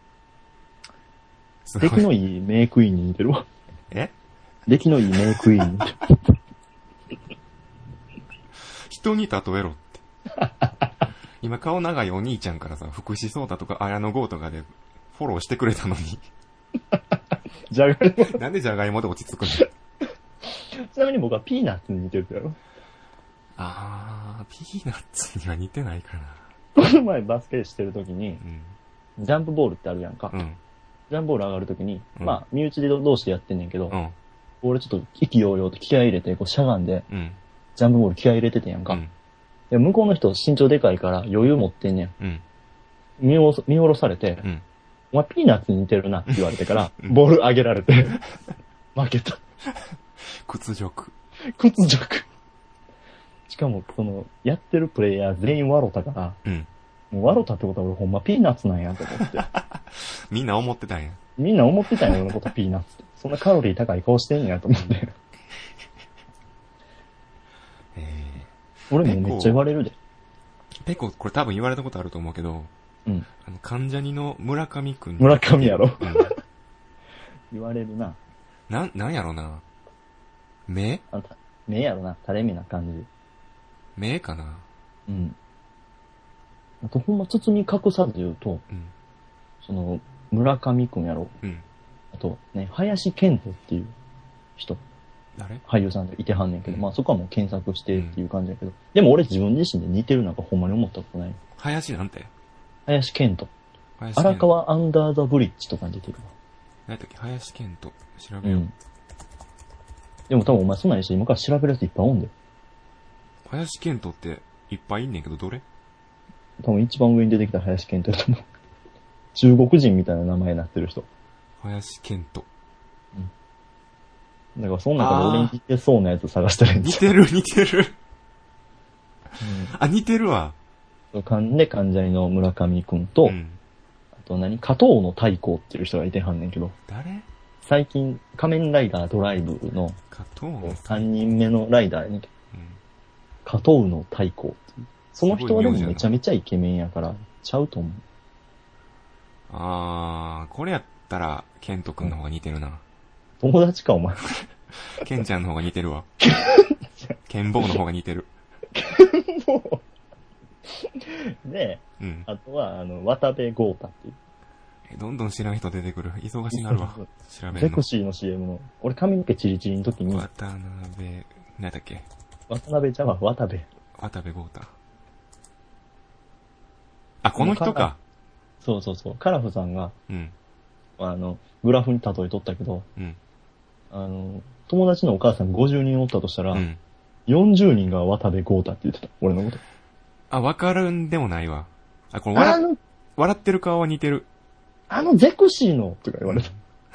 [SPEAKER 2] 出来のいいメイクインに似てるわ。
[SPEAKER 1] え
[SPEAKER 2] 出来のいいメイクインに似てる。
[SPEAKER 1] 人に例えろって。今顔長いお兄ちゃんからさ、福士蒼汰とか綾野剛とかでフォローしてくれたのに。
[SPEAKER 2] じゃがいも。
[SPEAKER 1] なんでじゃがいもで落ち着くの？
[SPEAKER 2] ちなみに僕はピーナッツに似てるってやろ。
[SPEAKER 1] あー、ピーナッツには似てないかな。
[SPEAKER 2] この前バスケしてる時に、
[SPEAKER 1] うん、
[SPEAKER 2] ジャンプボールってあるやんか。うん、ジャンプボール上がる時に、うん、まあ、身内で同士でやってんねんけど、うん、俺ちょっと意気揚々と気合い入れて、こうしゃがんで、うん、ジャンプボール気合い入れててんやんか。うん、で向こうの人身長でかいから余裕持ってんねん。うん、見お見下ろされて、うん、お前ピーナッツに似てるなって言われてから、うん、ボール上げられて、負けた。
[SPEAKER 1] 屈辱。
[SPEAKER 2] 屈辱。しかも、その、やってるプレイヤー全員ワロタから、うん、もうワロタってことは俺ほんまピーナッツなんやと思って。
[SPEAKER 1] みんな思ってたんや。
[SPEAKER 2] みんな思ってたんや、俺のことピーナッツって。そんなカロリー高い顔してんやと思って。えー、俺もめっちゃ言われるで。
[SPEAKER 1] ペコ、これ多分言われたことあると思うけど、うん。あの、関ジャニの村上くん。
[SPEAKER 2] 村上やろ、うん、言われるな。
[SPEAKER 1] なん、なんやろな。目
[SPEAKER 2] あた目やろな。垂れ目な感じ。
[SPEAKER 1] 目かな。
[SPEAKER 2] うん。あとほんま包み隠さず言うと、うん、その、村上くんやろ。うん。あとね、林健人っていう人。
[SPEAKER 1] 誰？
[SPEAKER 2] 俳優さんでいてはんねんけど、うん、まあそこはもう検索してっていう感じだけど、うん、でも俺自分自身で似てるなんかほんまに思ったことない。
[SPEAKER 1] 林なんて？
[SPEAKER 2] 林健人。荒川アンダーザブリッジとかに出てるわ。
[SPEAKER 1] 何だっけ？林健人。調べよう。うん。
[SPEAKER 2] でも多分お前そんなにして今から調べるやついっぱいおんで。
[SPEAKER 1] 林健人っていっぱいいんねんけど、どれ？
[SPEAKER 2] 多分一番上に出てきた林健人だと思う。中国人みたいな名前になってる人。
[SPEAKER 1] 林健人。
[SPEAKER 2] うん。だからその中で俺に似てそうなやつ探したらいいん
[SPEAKER 1] 似てる似てる。うん、あ、似てるわ。
[SPEAKER 2] かんで関ジャニの村上くんと、うん、あと何加藤の太閤っていう人がいてはんねんけど。
[SPEAKER 1] 誰？
[SPEAKER 2] 最近仮面ライダードライブの
[SPEAKER 1] 加藤の
[SPEAKER 2] さんにんめのライダーやねんけど。加藤の太閤っていう。その人はでもめちゃめちゃイケメンやから、ちゃうと思う。
[SPEAKER 1] あー、これやったら、ケントくんの方が似てるな。
[SPEAKER 2] 友達か、お前。
[SPEAKER 1] ケンちゃんの方が似てるわ。ケンボーの方が似てる。
[SPEAKER 2] ケンボーで、うん、あとは、あの、渡部豪太っていう。
[SPEAKER 1] え、どんどん知らん人出てくる。忙しになるわ。調べるの。
[SPEAKER 2] ゼクシーの シーエム の。俺髪の毛チリチリの時に。
[SPEAKER 1] 渡辺、何だっけ？
[SPEAKER 2] 渡辺ちゃんは渡部。
[SPEAKER 1] 渡部豪太。あ、この人か。
[SPEAKER 2] そうそうそう。カラフさんが、うん。あの、グラフに例えとったけど、うん。あの、友達のお母さんごじゅうにんおったとしたら、うん。よんじゅうにんが渡部豪太って言ってた。俺のこと。
[SPEAKER 1] あ、わかるんでもないわ。あ、これ笑、笑ってる顔は似てる。
[SPEAKER 2] あのゼクシーのとか言われた。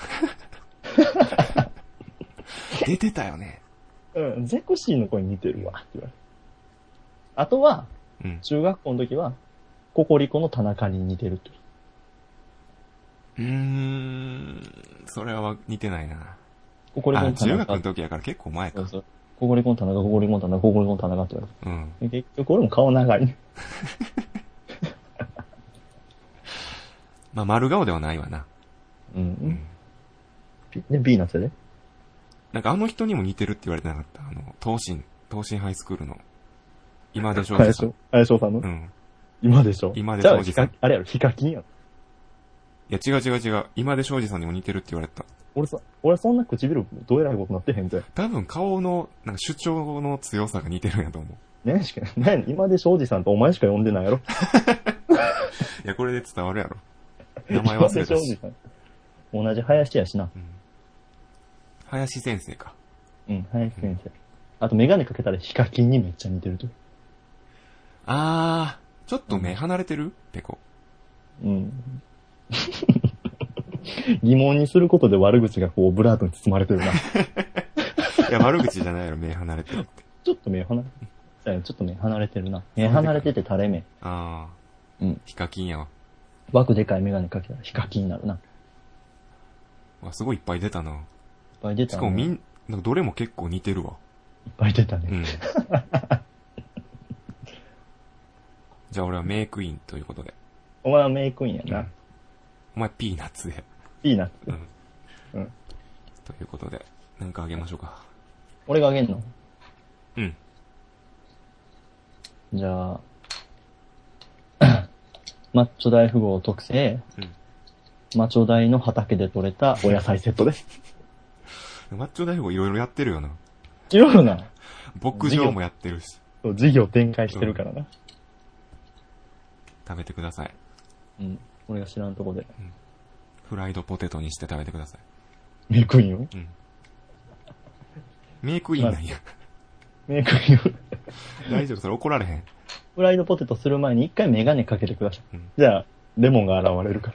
[SPEAKER 1] 出てたよね。
[SPEAKER 2] うん、ゼクシーの子に似てるわって言われた。あとは、うん、中学校の時は、ココリコの田中に似てるって。
[SPEAKER 1] うーん、それは似てないな。ココリコの田中。あ、中学の時やから結構前か。そうそう。
[SPEAKER 2] ココリコの田中、ココリコの田中、ココリコの田中って言われた。うん。結局俺も顔長いね。
[SPEAKER 1] まあ、丸顔ではないわな。
[SPEAKER 2] うん。うん。で、ビーナスで
[SPEAKER 1] なんかあの人にも似てるって言われてなかった。あの、東進、東進ハイスクールの、今でしょうさん。
[SPEAKER 2] 林翔さんのうん。今でしょ
[SPEAKER 1] 今でしょうじさん。
[SPEAKER 2] あれやろ、ヒカキンやろ。
[SPEAKER 1] いや、違う違う違う。今でしょうじさんにも似てるって言われた。
[SPEAKER 2] 俺さ、俺そんな唇どうやらいことなってへんぜ。
[SPEAKER 1] 多分顔の、なんか主張の強さが似てるんやと思う。
[SPEAKER 2] ねえしか、ねえ、今でしょうじさんとお前しか呼んでないやろ。
[SPEAKER 1] いや、これで伝わるやろ。名前忘れたし。
[SPEAKER 2] 同じ林やしな。うん、
[SPEAKER 1] 林先生か。
[SPEAKER 2] うん、林先生。うん、あとメガネかけたらヒカキンにめっちゃ似てると。
[SPEAKER 1] あー、ちょっと目離れてる、うん、ペコ。
[SPEAKER 2] うん。疑問にすることで悪口がこう、ブラートに包まれてるな。い
[SPEAKER 1] や、悪口じゃないやろ、目離れてるって。
[SPEAKER 2] ちょっと目離れてる。ちょっと目離れてるな。目離れてて垂れ目。
[SPEAKER 1] あー。うん。ヒカキンやわ。
[SPEAKER 2] 枠でかいメガネかけたらヒカキンになるな。
[SPEAKER 1] わ、すごいいっぱい出たな。いっ
[SPEAKER 2] ぱい出たな。
[SPEAKER 1] しかもみん、 なんかどれも結構似てるわ。
[SPEAKER 2] いっぱい出たね。
[SPEAKER 1] うん。じゃあ俺はメイクインということで。
[SPEAKER 2] お前はメイクインやな。うん、
[SPEAKER 1] お前ピーナッツで。
[SPEAKER 2] ピーナッツ。
[SPEAKER 1] うん。うん。ということで、なんかあげましょうか。
[SPEAKER 2] 俺があげんの？
[SPEAKER 1] うん。
[SPEAKER 2] じゃあ、マッチョ大富豪特製、うん、マチョ大の畑で採れたお野菜セットです。
[SPEAKER 1] マッチョ大富豪いろいろやってるよな。
[SPEAKER 2] いろいろな。
[SPEAKER 1] 牧場もやってるし。
[SPEAKER 2] そう、事業展開してるからな、うん。
[SPEAKER 1] 食べてください。
[SPEAKER 2] うん。俺が知らんとこで。うん、
[SPEAKER 1] フライドポテトにして食べてください。
[SPEAKER 2] メイクインを？うん。
[SPEAKER 1] メイクインなんや。
[SPEAKER 2] メイクインを。
[SPEAKER 1] 大丈夫、それ怒られへん。
[SPEAKER 2] フライドポテトする前に一回メガネかけてください。うん、じゃあ、レモンが現れるから。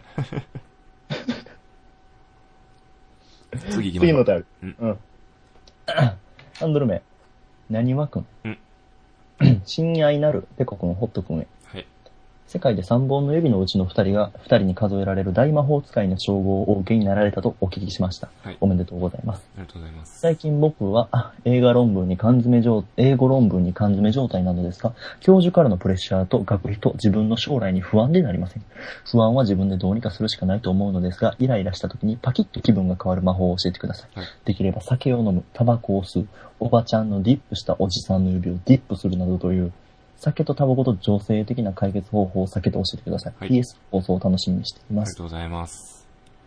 [SPEAKER 1] 次行きましょう。
[SPEAKER 2] 次のタイル。うん。うん。ハンドル名。なにわくん。うん。親愛なるペコくん、ホットくんへ。はい。世界でさんぼんの指のうちのふたりがふたりに数えられる大魔法使いの称号をお受けになられたとお聞きしました。はい。おめでとうございます。
[SPEAKER 1] ありがとうございます。
[SPEAKER 2] 最近僕は映画論文に缶詰状、英語論文に缶詰状態なのですが、教授からのプレッシャーと学費と自分の将来に不安でなりません。不安は自分でどうにかするしかないと思うのですが、イライラした時にパキッと気分が変わる魔法を教えてください。はい。できれば酒を飲む、タバコを吸う、おばちゃんのディップしたおじさんの指をディップするなどという、酒とタバコと女性的な解決方法を避けて教えてください。はい、ピーエス 放送を楽しみにしています。
[SPEAKER 1] ありがとうございます。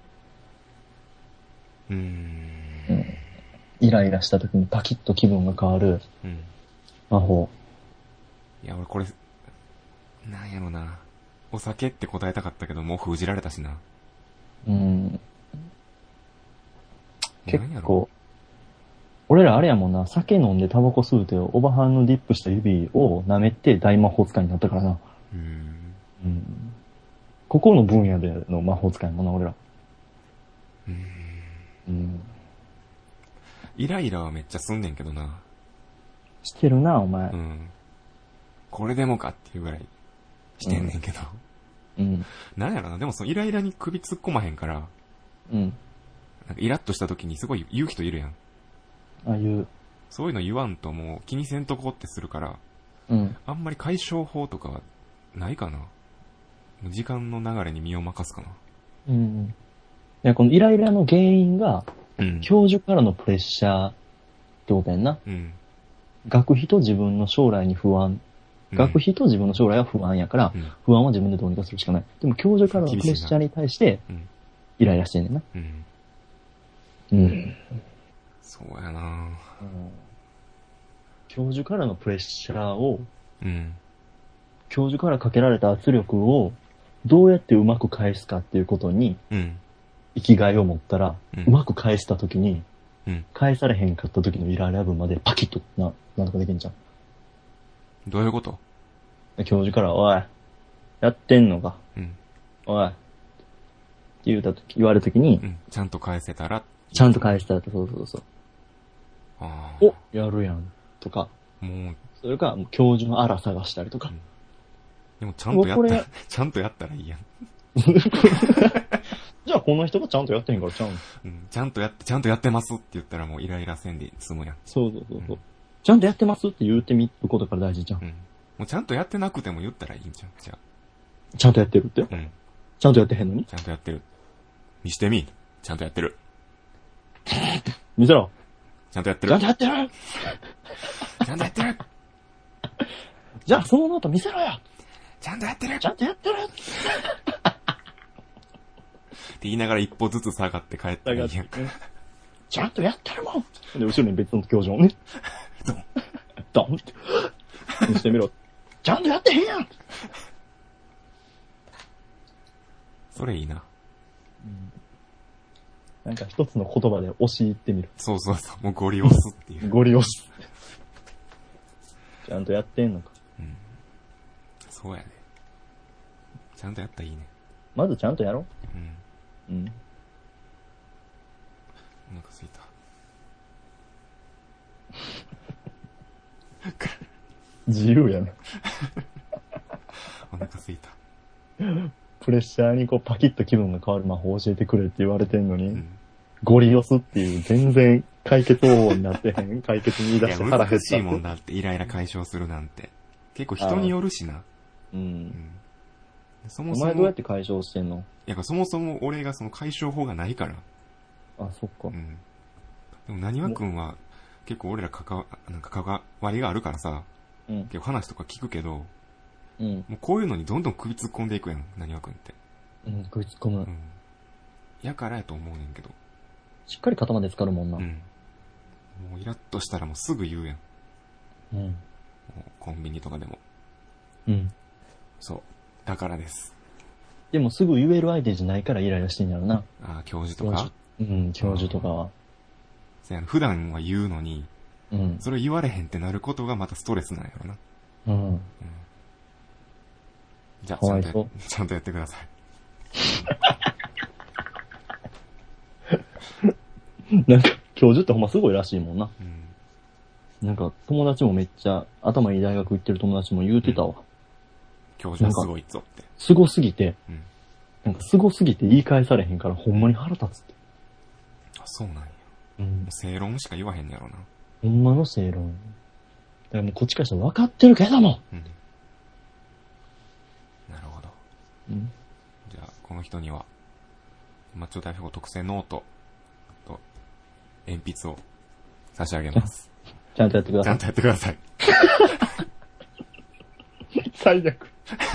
[SPEAKER 1] うーん。
[SPEAKER 2] うん、イライラした時にパキッと気分が変わる魔法。
[SPEAKER 1] うん、いや、俺これ、なんやろな。お酒って答えたかったけど、もう封じられたしな。
[SPEAKER 2] うん。結構、俺らあれやもんな、酒飲んでタバコ吸うておばはんのディップした指を舐めて大魔法使いになったからな。うん。うん。ここの分野での魔法使いもんな、俺ら。うん。
[SPEAKER 1] うん。イライラはめっちゃすんねんけどな。
[SPEAKER 2] してるな、お前。う
[SPEAKER 1] ん。これでもかっていうぐらいしてんねんけど。うん。うん、なんやろな、でもそのイライラに首突っ込まへんから。うん。なんかイラッとした時にすごい言う人いるやん。
[SPEAKER 2] ああいう。
[SPEAKER 1] そういうの言わんともう気にせんとこってするから、うん。あんまり解消法とかはないかな。時間の流れに身を任すかな。
[SPEAKER 2] うん。いや、このイライラの原因が、うん、教授からのプレッシャーってことやんな。うん。学費と自分の将来に不安。うん、学費と自分の将来は不安やから、うん、不安は自分でどうにかするしかない。でも教授からのプレッシャーに対して、イライラしてんねんな。うん。うん。
[SPEAKER 1] そうやな、うん、
[SPEAKER 2] 教授からのプレッシャーを、うん、教授からかけられた圧力をどうやってうまく返すかっていうことに、うん、生きがいを持ったら、うん、うまく返したときに、うん、返されへんかった時のイライラ分までパキッとな、なんとかできんじゃん。
[SPEAKER 1] どういうこと？
[SPEAKER 2] 教授から、おい、やってんのか。うん、おい。って言うたとき、言われたときに、うん、
[SPEAKER 1] ちゃんと返せたら、
[SPEAKER 2] ちゃんと返したら、そうそうそう。あお、やるやん。とか。もう。それか、もう教授のあら探したりとか。うん、
[SPEAKER 1] でもちゃんとやったら、ちゃんとやったらいいやん。
[SPEAKER 2] じゃあこの人がちゃんとやってへんからちゃうの。
[SPEAKER 1] うん。ちゃんとやって、ちゃんとやってますって言ったらもうイライラせんで済むやん。
[SPEAKER 2] そうそうそうそう、うん。ちゃんとやってますって言うてみることから大事じゃん。うん。も
[SPEAKER 1] うちゃんとやってなくても言ったらいいんじゃん、じゃ
[SPEAKER 2] あ。ちゃんとやってるって？うん。ちゃんとやってへんのに？
[SPEAKER 1] ちゃんとやってる。見してみ。ちゃんとやってる。
[SPEAKER 2] 見せろ。
[SPEAKER 1] ちゃんとやってる。
[SPEAKER 2] ちゃんとやってる。
[SPEAKER 1] ちゃんとやってる。
[SPEAKER 2] じゃあそのノート見せろよ。
[SPEAKER 1] ちゃんとやってる。
[SPEAKER 2] ちゃんとやってる。
[SPEAKER 1] って言いながら一歩ずつ下がって帰ったらいいやんか。
[SPEAKER 2] ちゃんとやってるもん。で、後ろに別の教授をね。ドン。ドンって。見してみろ。ちゃんとやってへんやん。
[SPEAKER 1] それいいな。うん、
[SPEAKER 2] なんか一つの言葉で押し入ってみる。
[SPEAKER 1] そうそうそう。もうゴリ押すっていう。
[SPEAKER 2] ゴリ押す。ちゃんとやってんのか。うん。
[SPEAKER 1] そうやね。ちゃんとやったらいいね。
[SPEAKER 2] まずちゃんとやろう。うん。うん。
[SPEAKER 1] お腹すいた。
[SPEAKER 2] 自由やな。
[SPEAKER 1] お腹すいた。
[SPEAKER 2] プレッシャーにこうパキッと気分が変わる魔法を教えてくれって言われてんのに、うん、ゴリ押すっていう全然解決方法になってへん。解決見出して腹減った。
[SPEAKER 1] 難しいもんだって、イライラ解消するなんて。結構人によるしな。
[SPEAKER 2] うん。うん、
[SPEAKER 1] そもそも。
[SPEAKER 2] お前どうやって解消してんの？
[SPEAKER 1] いや、そもそも俺がその解消法がないから。
[SPEAKER 2] あ、そっか。うん。
[SPEAKER 1] でも、なにわくんは、結構俺ら関わ、なんか関わりがあるからさ、うん、結構話とか聞くけど、うん、もうこういうのにどんどん首突っ込んでいくやん、なにわくんって。
[SPEAKER 2] うん、首突っ込む。うん。
[SPEAKER 1] やからやと思うねんけど。
[SPEAKER 2] しっかり肩まで浸かるもんな。うん。
[SPEAKER 1] もうイラッとしたらもうすぐ言うやん。うん。もうコンビニとかでも。うん。そう。だからです。
[SPEAKER 2] でもすぐ言える相手じゃないからイライラしてんやろな。
[SPEAKER 1] ああ、教授とか
[SPEAKER 2] うん、教授とかは。
[SPEAKER 1] そうやな、普段は言うのに、うん。それ言われへんってなることがまたストレスなんやろな。うん。うん、じゃあ、ちゃんと、ちゃんとやってください。
[SPEAKER 2] なんか、教授ってほんますごいらしいもんな。うん、なんか、友達もめっちゃ、頭いい大学行ってる友達も言うてたわ。うん、
[SPEAKER 1] 教授はすごいぞって。
[SPEAKER 2] すごすぎて、うん、なんかすごすぎて言い返されへんからほんまに腹立つって。
[SPEAKER 1] あ、そうなんや。うん。正論しか言わへんやろな。
[SPEAKER 2] ほんまの正論。だからもうこっちからしたら分かってるけども。うん。
[SPEAKER 1] なるほど。うん。じゃあ、この人には、マッチョ代表特製ノートと鉛筆を差し上げます。
[SPEAKER 2] ちゃんとやってください。
[SPEAKER 1] ちゃんとやってください。
[SPEAKER 2] 最悪。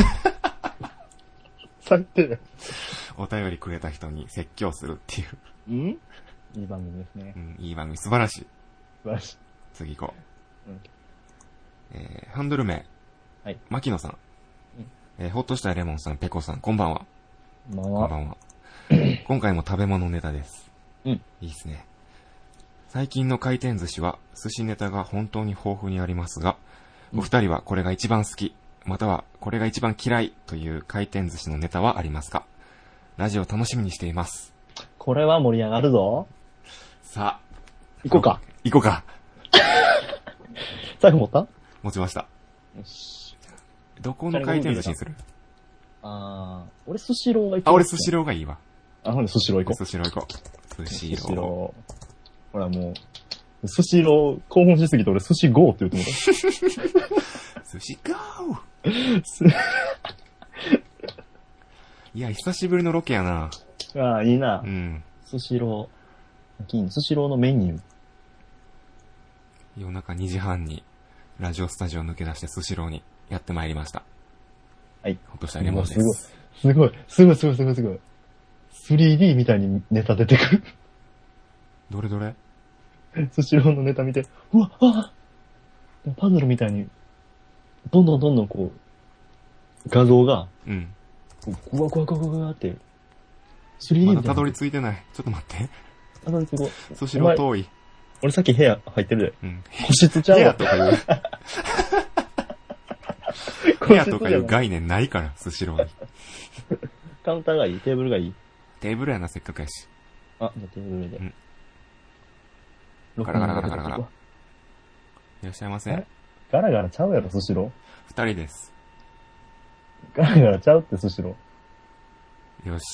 [SPEAKER 2] 最低や。
[SPEAKER 1] お便りくれた人に説教するっていう。
[SPEAKER 2] うんいい番組ですね。
[SPEAKER 1] うん、いい番組。素晴らしい。
[SPEAKER 2] 素晴らしい。
[SPEAKER 1] 次行こう。うん、えー、ハンドル名。はい。牧野さん。うん、えー、ほっとしたレモンさん、ペコさん、こんばんは。
[SPEAKER 2] こんばんは。
[SPEAKER 1] こんばんは。今回も食べ物ネタです。うん。いいっすね。最近の回転寿司は寿司ネタが本当に豊富にありますが、お二人はこれが一番好き、またはこれが一番嫌いという回転寿司のネタはありますか？ラジオ楽しみにしています。
[SPEAKER 2] これは盛り上がるぞ。
[SPEAKER 1] さあ。
[SPEAKER 2] 行こうか。
[SPEAKER 1] 行こうか。
[SPEAKER 2] 財布持った？
[SPEAKER 1] 持ちました。よし。どこの回転寿司にする？
[SPEAKER 2] あー、俺スシローが行こ
[SPEAKER 1] う。あ、俺スシローがいいわ。
[SPEAKER 2] あ、ほんでスシロー行こう。
[SPEAKER 1] スシロー行こう。スシロー。スシロー。
[SPEAKER 2] ほらもう、スシロー、興奮しすぎて俺寿司ゴーって言うと思った。
[SPEAKER 1] 寿司ゴーいや、久しぶりのロケやな。
[SPEAKER 2] ああ、いいな。うん。スシロー。スシローのメニュー。
[SPEAKER 1] 夜中にじはんに、ラジオスタジオ抜け出してスシローにやってまいりました。
[SPEAKER 2] はい。
[SPEAKER 1] ほっとしたレモンです。
[SPEAKER 2] すごい。すごい、すごい、すごい、すごい。スリーディー みたいにネタ出てくる。
[SPEAKER 1] どれどれ？
[SPEAKER 2] スシローのネタ見て、うわ、ああパズルみたいに、どんどんどんどんこう、画像が、うん。ぐわぐわぐわぐわって、スリーディー みたいな。
[SPEAKER 1] まだたどり着いてない。ちょっと待って。
[SPEAKER 2] たどり着こ
[SPEAKER 1] う。スシロー遠い。
[SPEAKER 2] 俺さっき部屋入ってるで。うん。個室ちゃうわ。
[SPEAKER 1] 部屋とかいう。部屋とかいう概念ないから、スシローに。
[SPEAKER 2] カウンターがいい？テーブルがいい？
[SPEAKER 1] テーブルやな、せっかくやし。
[SPEAKER 2] あ、じゃあテーブル上で。うん。
[SPEAKER 1] ガラガラガラガラガラ。いらっしゃいませ。
[SPEAKER 2] ガラガラちゃうやろ、スシロー。
[SPEAKER 1] 二人です。
[SPEAKER 2] ガラガラちゃうって、スシロ
[SPEAKER 1] ー。よし。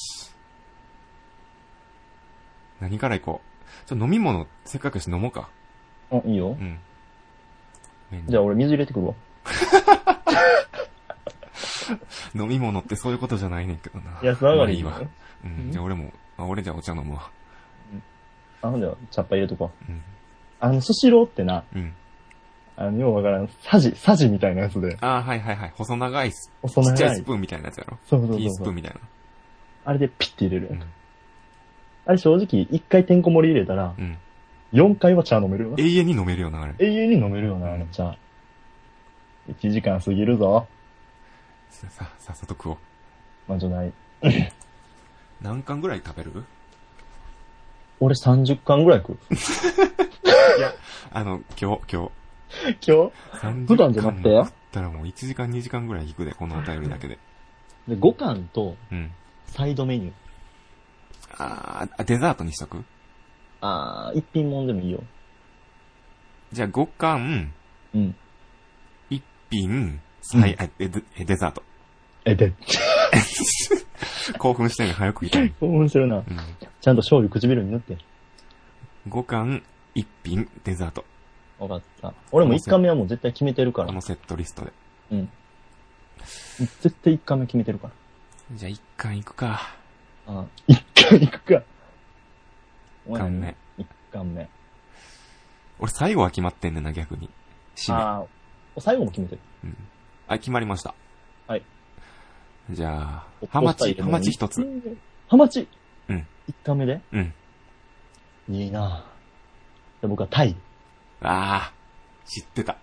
[SPEAKER 1] 何から行こう。ちょ、飲み物、せっかくし飲もうか。
[SPEAKER 2] あ、いいよ。うん。じゃあ俺水入れてくるわ。
[SPEAKER 1] 飲み物ってそういうことじゃないねんけどな。
[SPEAKER 2] 安上がり
[SPEAKER 1] いいわ。うん。じゃあ俺も、あ、俺じゃあお茶飲むわ。
[SPEAKER 2] うん。あ、ほんで、茶っ葉入れとこう。うん。あの、スシローってな。うん。あの、ようわからん、サジ、サジみたいなやつで。
[SPEAKER 1] ああ、はいはいはい。細長いスプーン。
[SPEAKER 2] 細長い。
[SPEAKER 1] ちっちゃいスプーンみたいなやつやろ。
[SPEAKER 2] そうそうそうそう。
[SPEAKER 1] ティースプーンみたいな。
[SPEAKER 2] あれでピッて入れるやん。うん、あれ正直、一回てんこ盛り入れたら、うん。よんかいは茶飲めるよな。
[SPEAKER 1] 永遠に飲めるよな、あれ。
[SPEAKER 2] 永遠に飲めるよな、あの茶。いちじかん過ぎるぞ。
[SPEAKER 1] さ、さ、さっさと食おう。
[SPEAKER 2] まあ、じゃない。
[SPEAKER 1] 何貫ぐらい食べる？
[SPEAKER 2] 俺さんじゅっかんぐらい食う。
[SPEAKER 1] いや、あの、今日、今日。
[SPEAKER 2] 今日普段じゃなくて
[SPEAKER 1] 食ったらもういちじかんにじかんぐらい行くで、このお便りだけで。
[SPEAKER 2] で、ごかんと、サイドメニュー。
[SPEAKER 1] あー、デザートにしとく？
[SPEAKER 2] あー、一品もんでもいいよ。
[SPEAKER 1] じゃあごかん、
[SPEAKER 2] うん。
[SPEAKER 1] 一品、サイ、うん、え、デ、デザート。
[SPEAKER 2] え、で、
[SPEAKER 1] 興奮してるの早く言いたい。
[SPEAKER 2] 興奮してるな。うん、ちゃんと醤油唇に塗って。
[SPEAKER 1] ごかん、 一品デザート。
[SPEAKER 2] わかった。俺も一貫目はもう絶対決めてるから。
[SPEAKER 1] このセットリストで。
[SPEAKER 2] うん。絶対一貫目決めてるから。
[SPEAKER 1] じゃあ一貫行くか。
[SPEAKER 2] ああ、一貫行くか。
[SPEAKER 1] 一貫目。
[SPEAKER 2] 一貫目。
[SPEAKER 1] 俺最後は決まってんねんな、逆に。締め。
[SPEAKER 2] ああ、最後も決めてる。
[SPEAKER 1] うん。あ、決まりました。
[SPEAKER 2] はい。
[SPEAKER 1] じゃあ、ハマチ、ハマチ一つ。
[SPEAKER 2] ハマチ
[SPEAKER 1] うん。
[SPEAKER 2] 一貫目で
[SPEAKER 1] うん。
[SPEAKER 2] いいなぁ。で僕はタイ。
[SPEAKER 1] ああ、知ってた。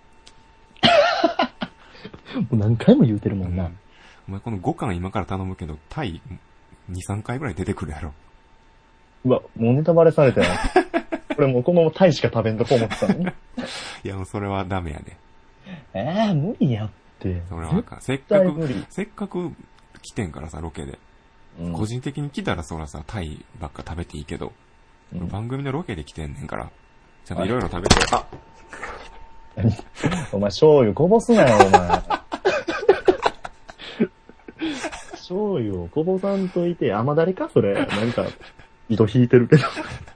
[SPEAKER 2] もう何回も言うてるもんな。うん、
[SPEAKER 1] お前このご貫今から頼むけど、タイに、さんかいぐらい出てくるやろ。
[SPEAKER 2] うわ、もうネタバレされたよ。俺もうこのままタイしか食べんとこ思ってたのに。
[SPEAKER 1] いやもうそれはダメやね。
[SPEAKER 2] ええー、無理やって。
[SPEAKER 1] それはあかん。せっかく、せっかく来てんからさ、ロケで。うん、個人的に来たらそらさ、タイばっか食べていいけど、うん、番組のロケで来てんねんから、ちゃんといろいろ食べて、あ
[SPEAKER 2] お前醤油こぼすなよ、お前。醤油をこぼさんといて、甘だれかそれ。なんか、糸引いてるけど。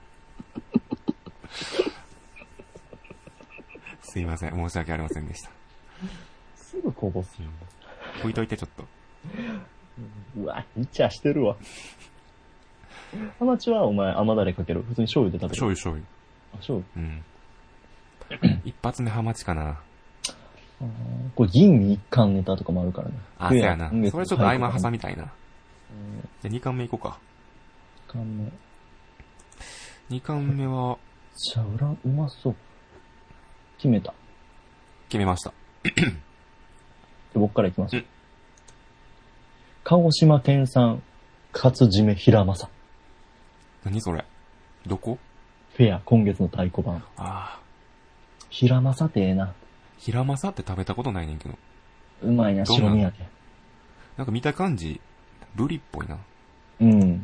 [SPEAKER 1] すいません、申し訳ありませんでした。
[SPEAKER 2] すぐこぼすよ。
[SPEAKER 1] 拭いといてちょっと。
[SPEAKER 2] うわ、イチャしてるわ。ハマチはお前甘だれかける？普通に醤油で食べる？
[SPEAKER 1] 醤油醤油。
[SPEAKER 2] あ、醤油。
[SPEAKER 1] うん。一発目ハマチかな。
[SPEAKER 2] あこれ吟味一貫ネタとかもあるからね。
[SPEAKER 1] あ、そうやな。それちょっと合間挟みたいな。うん、じゃあ二貫目いこうか。
[SPEAKER 2] 二貫目。
[SPEAKER 1] 二貫目は。
[SPEAKER 2] じゃあ、裏、うまそう。決めた。
[SPEAKER 1] 決めました。
[SPEAKER 2] で僕からいきます。うん、鹿児島県産、カツ締め平正。
[SPEAKER 1] 何それ？どこ？
[SPEAKER 2] フェア、今月の太鼓判。
[SPEAKER 1] ああ。
[SPEAKER 2] 平正ってええな。
[SPEAKER 1] 平正って食べたことないねんけど。
[SPEAKER 2] うまいな、白身やで。
[SPEAKER 1] なんか見た感じ、ブリっぽいな。
[SPEAKER 2] うん。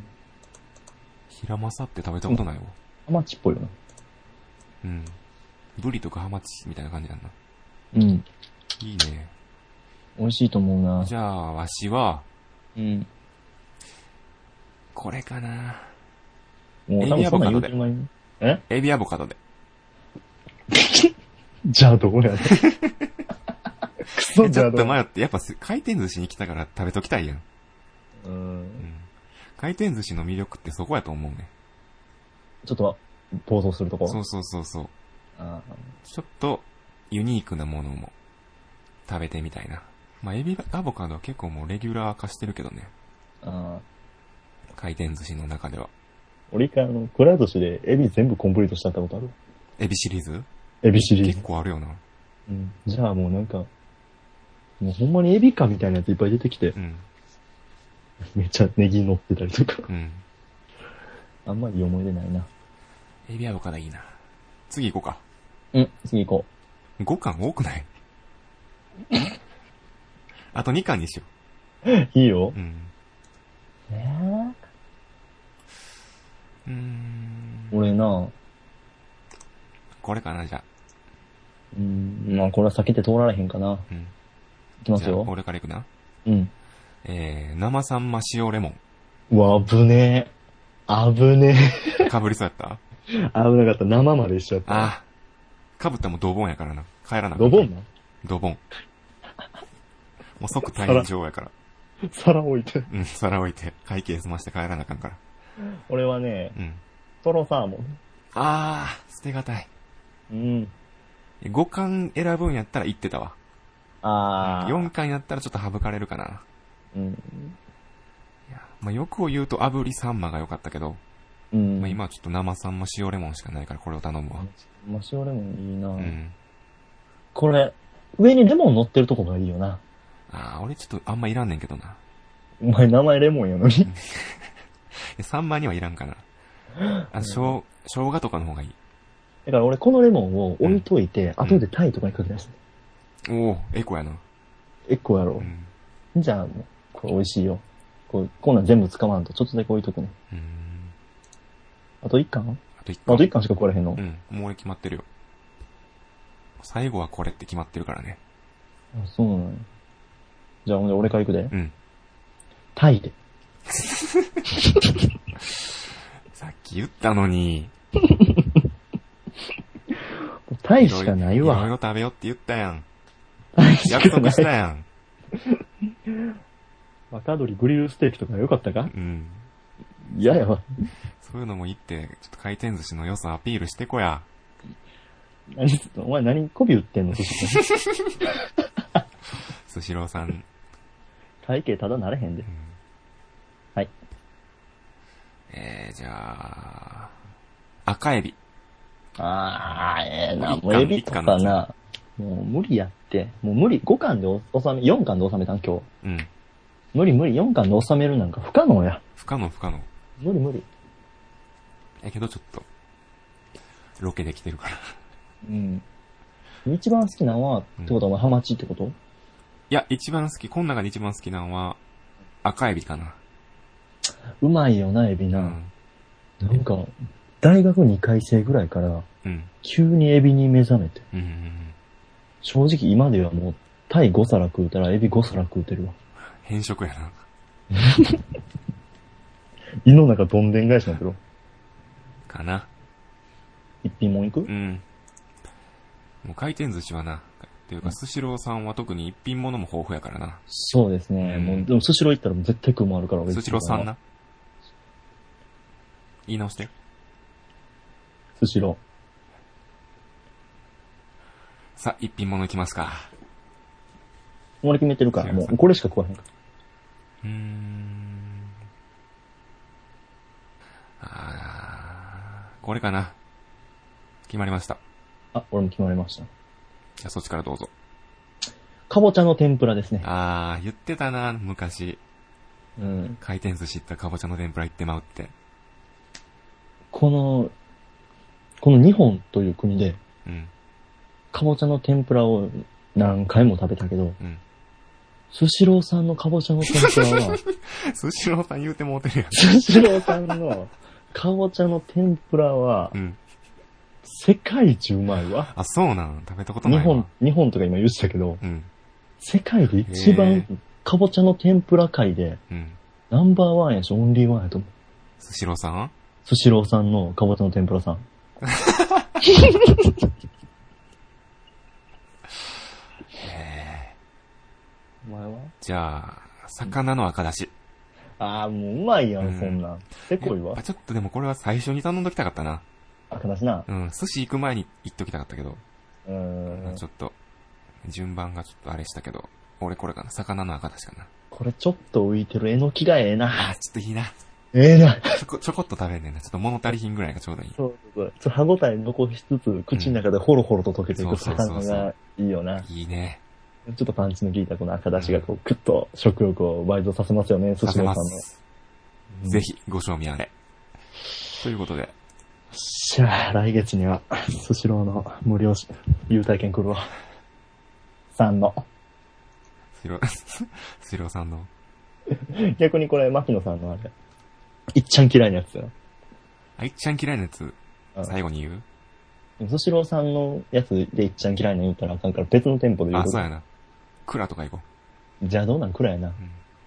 [SPEAKER 1] 平正って食べたことないわ。
[SPEAKER 2] ハマチっぽいよな。
[SPEAKER 1] うん。ブリとかハマチみたいな感じやんな。
[SPEAKER 2] うん。
[SPEAKER 1] いいね。
[SPEAKER 2] 美味しいと思うな。
[SPEAKER 1] じゃあ、わしは、
[SPEAKER 2] うん。
[SPEAKER 1] これかな。
[SPEAKER 2] もうエビアボカドで。え
[SPEAKER 1] エビアボカドで。
[SPEAKER 2] じゃあどこやねん。クソじゃあどこ。
[SPEAKER 1] ちょっと迷って、やっぱ回転寿司に来たから食べときたいやん。うん。うん。回転寿司の魅力ってそこやと思うね。
[SPEAKER 2] ちょっと、暴走するところ。
[SPEAKER 1] そうそうそうそう。
[SPEAKER 2] あ
[SPEAKER 1] ちょっと、ユニークなものも食べてみたいな。まあ、エビアボカドは結構もうレギュラー化してるけどね。
[SPEAKER 2] あ。
[SPEAKER 1] 回転寿司の中では。
[SPEAKER 2] 俺一回あの、くら寿司でエビ全部コンプリートしちゃったことある？
[SPEAKER 1] エビシリーズ？
[SPEAKER 2] エビシリーズ。
[SPEAKER 1] 結構あるよな。
[SPEAKER 2] うん。じゃあもうなんか、もうほんまにエビかみたいなやついっぱい出てきて。うん。めっちゃネギ乗ってたりとか。うん。あんまりいい思い出ないな。
[SPEAKER 1] エビアボカドいいな。次行こうか。
[SPEAKER 2] うん、次行こ
[SPEAKER 1] う。ご貫多くない？あとに貫にしよ
[SPEAKER 2] う。いいよ。
[SPEAKER 1] うん。
[SPEAKER 2] えー、
[SPEAKER 1] うーん。
[SPEAKER 2] 俺な
[SPEAKER 1] これかな、じゃあ。
[SPEAKER 2] うーん、まあこれは避けて通られへんかな。うん。いきますよ。
[SPEAKER 1] 俺から行くな。
[SPEAKER 2] うん。
[SPEAKER 1] えー、生サンマ塩レモン。
[SPEAKER 2] うわ、危ねえ。危ね
[SPEAKER 1] え。かぶりそうやった
[SPEAKER 2] 危なかった。生までしちゃった。
[SPEAKER 1] ああ。かぶったらもうドボンやからな。帰らなかった。
[SPEAKER 2] ドボンな
[SPEAKER 1] ドボン。もう即退院場やから。
[SPEAKER 2] 皿置いて。
[SPEAKER 1] うん、皿置いて。会計済まして帰らなあかんから。
[SPEAKER 2] 俺はね、うん。トロサーモン。
[SPEAKER 1] あー、捨てがたい。
[SPEAKER 2] うん。
[SPEAKER 1] ご貫選ぶんやったら言ってたわ。
[SPEAKER 2] あー。
[SPEAKER 1] よん貫やったらちょっと省かれるかな。うん。いや、まあ、欲を言うと炙りサンマが良かったけど、うん。まあ、今はちょっと生サンマ塩レモンしかないからこれを頼むわ。
[SPEAKER 2] 生塩レモンいいな。
[SPEAKER 1] うん。
[SPEAKER 2] これ、上にレモン乗ってるとこがいいよな。
[SPEAKER 1] あー、俺ちょっとあんまいらんねんけどな。
[SPEAKER 2] お前名前レモンやのに。
[SPEAKER 1] サンマにはいらんかな。あ、しょう、生姜とかの方がいい。
[SPEAKER 2] だから俺このレモンを置いといて、うん、後でタイとかにかけ出して。
[SPEAKER 1] うん、おー、エコやな。
[SPEAKER 2] エコやろ。うん、じゃあ、もう、これ美味しいよ。こう、こんなん全部使わんと、ちょっとだけ置いとくね。うん。あと一貫？
[SPEAKER 1] あと一貫。
[SPEAKER 2] あと一貫しか食われへんの？
[SPEAKER 1] うん。もう俺決まってるよ。最後はこれって決まってるからね。
[SPEAKER 2] あ、そうなのよ。じゃあ、ほんで俺から行くで。
[SPEAKER 1] うん。
[SPEAKER 2] タイで。
[SPEAKER 1] さっき言ったのに。
[SPEAKER 2] 大しかないわ。
[SPEAKER 1] いろいろ食べよって言ったやん。
[SPEAKER 2] 大しかない。
[SPEAKER 1] 約束したやん。
[SPEAKER 2] 若鶏グリルステーキとか良かったか？
[SPEAKER 1] うん。
[SPEAKER 2] 嫌やわ。
[SPEAKER 1] そういうのも言って、ちょっと回転寿司の良さアピールしてこや。
[SPEAKER 2] 何、お前何媚び売ってんの？寿司
[SPEAKER 1] スシローさん。
[SPEAKER 2] 体型ただなれへんで。うん、はい。
[SPEAKER 1] えー、じゃあ、赤エビ。
[SPEAKER 2] あー、ええー、な、もうエビとかな、もう無理やって。もう無理。ごかんで収め、よんかんで収めたん今日。うん。無理無理。よんかんで収めるなんか不可能や。
[SPEAKER 1] 不可能不可能。
[SPEAKER 2] 無理無理。
[SPEAKER 1] えけどちょっと、ロケできてるから。
[SPEAKER 2] うん。一番好きなのは、ってことはお前ハマチってこと？
[SPEAKER 1] いや、一番好き、この中で一番好きなのは、赤エビかな。
[SPEAKER 2] うまいよな、エビな。うん、なんか、大学にかい生ぐらいから、うん、急にエビに目覚めて。うんうんうん、正直今ではもう、タイご皿食うたらエビご皿食うてるわ。
[SPEAKER 1] 変色やな。
[SPEAKER 2] 胃の中どんでん返しになってる。
[SPEAKER 1] かな。
[SPEAKER 2] 一品もん行く？
[SPEAKER 1] うん。もう回転寿司はな、っていうか、スシローさんは特に一品物も豊富やからな。
[SPEAKER 2] そうですね。うん、もう、でもスシロー行ったら絶対食うもんあるから、
[SPEAKER 1] スシローさんな。言い直して。
[SPEAKER 2] スシロー。
[SPEAKER 1] さあ、一品物いきますか。
[SPEAKER 2] 俺決めてるから、もう、これしか食わへんから。
[SPEAKER 1] うーん。あー、これかな。決まりました。
[SPEAKER 2] あ、俺も決まりました。
[SPEAKER 1] じゃあそっちからどうぞ。
[SPEAKER 2] かぼちゃの天ぷらですね。
[SPEAKER 1] あー、言ってたな、昔。
[SPEAKER 2] うん。
[SPEAKER 1] 回転寿司行ったらかぼちゃの天ぷら行ってまうって。
[SPEAKER 2] この、この日本という国で、うん。かぼちゃの天ぷらを何回も食べたけど、うん。スシローさんのかぼちゃの天ぷらは、
[SPEAKER 1] スシローさん言うてもうてるやん。
[SPEAKER 2] スシローさんのかぼちゃの天ぷらは、うん。世界一うまいわ。
[SPEAKER 1] あ、そうなん？食べたことないわ。
[SPEAKER 2] 日本、日本とか今言ってたけど、うん。世界で一番かぼちゃの天ぷら界で、うん。ナンバーワンやし、オンリーワンやと思う。
[SPEAKER 1] スシローさん？
[SPEAKER 2] スシローさんのかぼちゃの天ぷらさん。
[SPEAKER 1] え
[SPEAKER 2] ー、お前は？
[SPEAKER 1] じゃあ、魚の赤だし。
[SPEAKER 2] ああ、もううまいやん、うん、そんなん。せこいわ。
[SPEAKER 1] ちょっとでもこれは最初に頼んどきたかったな。
[SPEAKER 2] 赤だしな。
[SPEAKER 1] うん、寿司行く前に行っときたかったけど。
[SPEAKER 2] うーん。
[SPEAKER 1] ちょっと、順番がちょっとあれしたけど、俺これかな。魚の赤だしかな。
[SPEAKER 2] これちょっと浮いてるえのきがええな。
[SPEAKER 1] あー、ちょっといいな。
[SPEAKER 2] ええな。
[SPEAKER 1] ちょこ、ちょこっと食べんねんな。ちょっと物足りひんぐらいがちょうどいい。
[SPEAKER 2] そうそうそう。ちょっと歯応え残しつつ、口の中でホロホロと溶けていく魚がいいよな。
[SPEAKER 1] いいね。
[SPEAKER 2] ちょっとパンチの効いたこの赤だしがこう、クッと食欲を倍増させますよね、寿司屋さん
[SPEAKER 1] の。ぜひ、ご賞味あれ。ということで。
[SPEAKER 2] しゃあ、来月には、スシローの無料優待券来るわ。さんの。
[SPEAKER 1] スシロー、スシローさんの。
[SPEAKER 2] 逆にこれ、牧野さんのあれ。いっちゃん嫌いなやつだよ。
[SPEAKER 1] あ、いっちゃん嫌いなやつ、最後に言
[SPEAKER 2] う？スシローさんのやつでいっちゃん嫌いな言ったらあかんから別の店舗で言う。
[SPEAKER 1] あ、そうやな。クラとか行こ
[SPEAKER 2] う。じゃあどうなんクラやな。うん、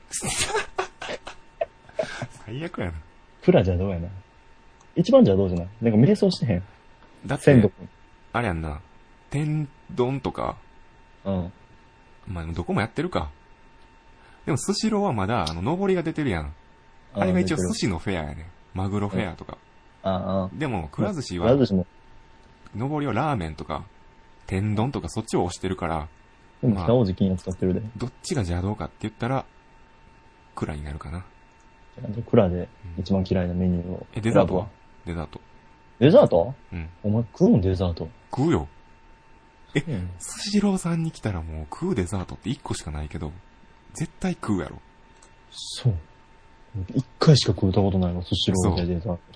[SPEAKER 1] 最悪やな。
[SPEAKER 2] クラじゃどうやな。一番じゃどうじゃない？なんか瞑想してへん。
[SPEAKER 1] だって、あれやんな。天丼とか。
[SPEAKER 2] うん。
[SPEAKER 1] まあ、どこもやってるか。でも、スシローはまだ、あの、上りが出てるやん。あれが一応寿司のフェアやね。マグロフェアとか。
[SPEAKER 2] うん、ああ。
[SPEAKER 1] でも、くら寿司は、上りはラーメンとか、天丼とかそっちを押してるから。
[SPEAKER 2] でも、北王子金を使ってるで、まあ。
[SPEAKER 1] どっちが邪道かって言ったら、クラになるかな。
[SPEAKER 2] じゃクラで一番嫌いなメニューを。
[SPEAKER 1] え、デザートは？デザート。
[SPEAKER 2] デザート？
[SPEAKER 1] うん。
[SPEAKER 2] お前食うんデザート？
[SPEAKER 1] 食うよ。え、スシローさんに来たらもう食うデザートって一個しかないけど、絶対食うやろ。
[SPEAKER 2] そう。一回しか食うたことないの、スシローでデザート。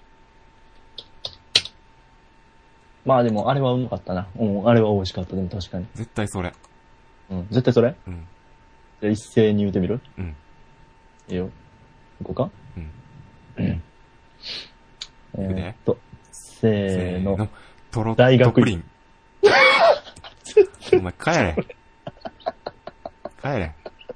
[SPEAKER 2] まあでも、あれはうまかったな。うん、あれは美味しかった、でも確かに。
[SPEAKER 1] 絶対それ。
[SPEAKER 2] うん、絶対それ？
[SPEAKER 1] うん。
[SPEAKER 2] じゃあ一斉に言うてみる？
[SPEAKER 1] うん。
[SPEAKER 2] いいよ。行こうか？
[SPEAKER 1] うん。
[SPEAKER 2] えーっと、せーの。
[SPEAKER 1] トロットプリン。お前帰れ。帰れ。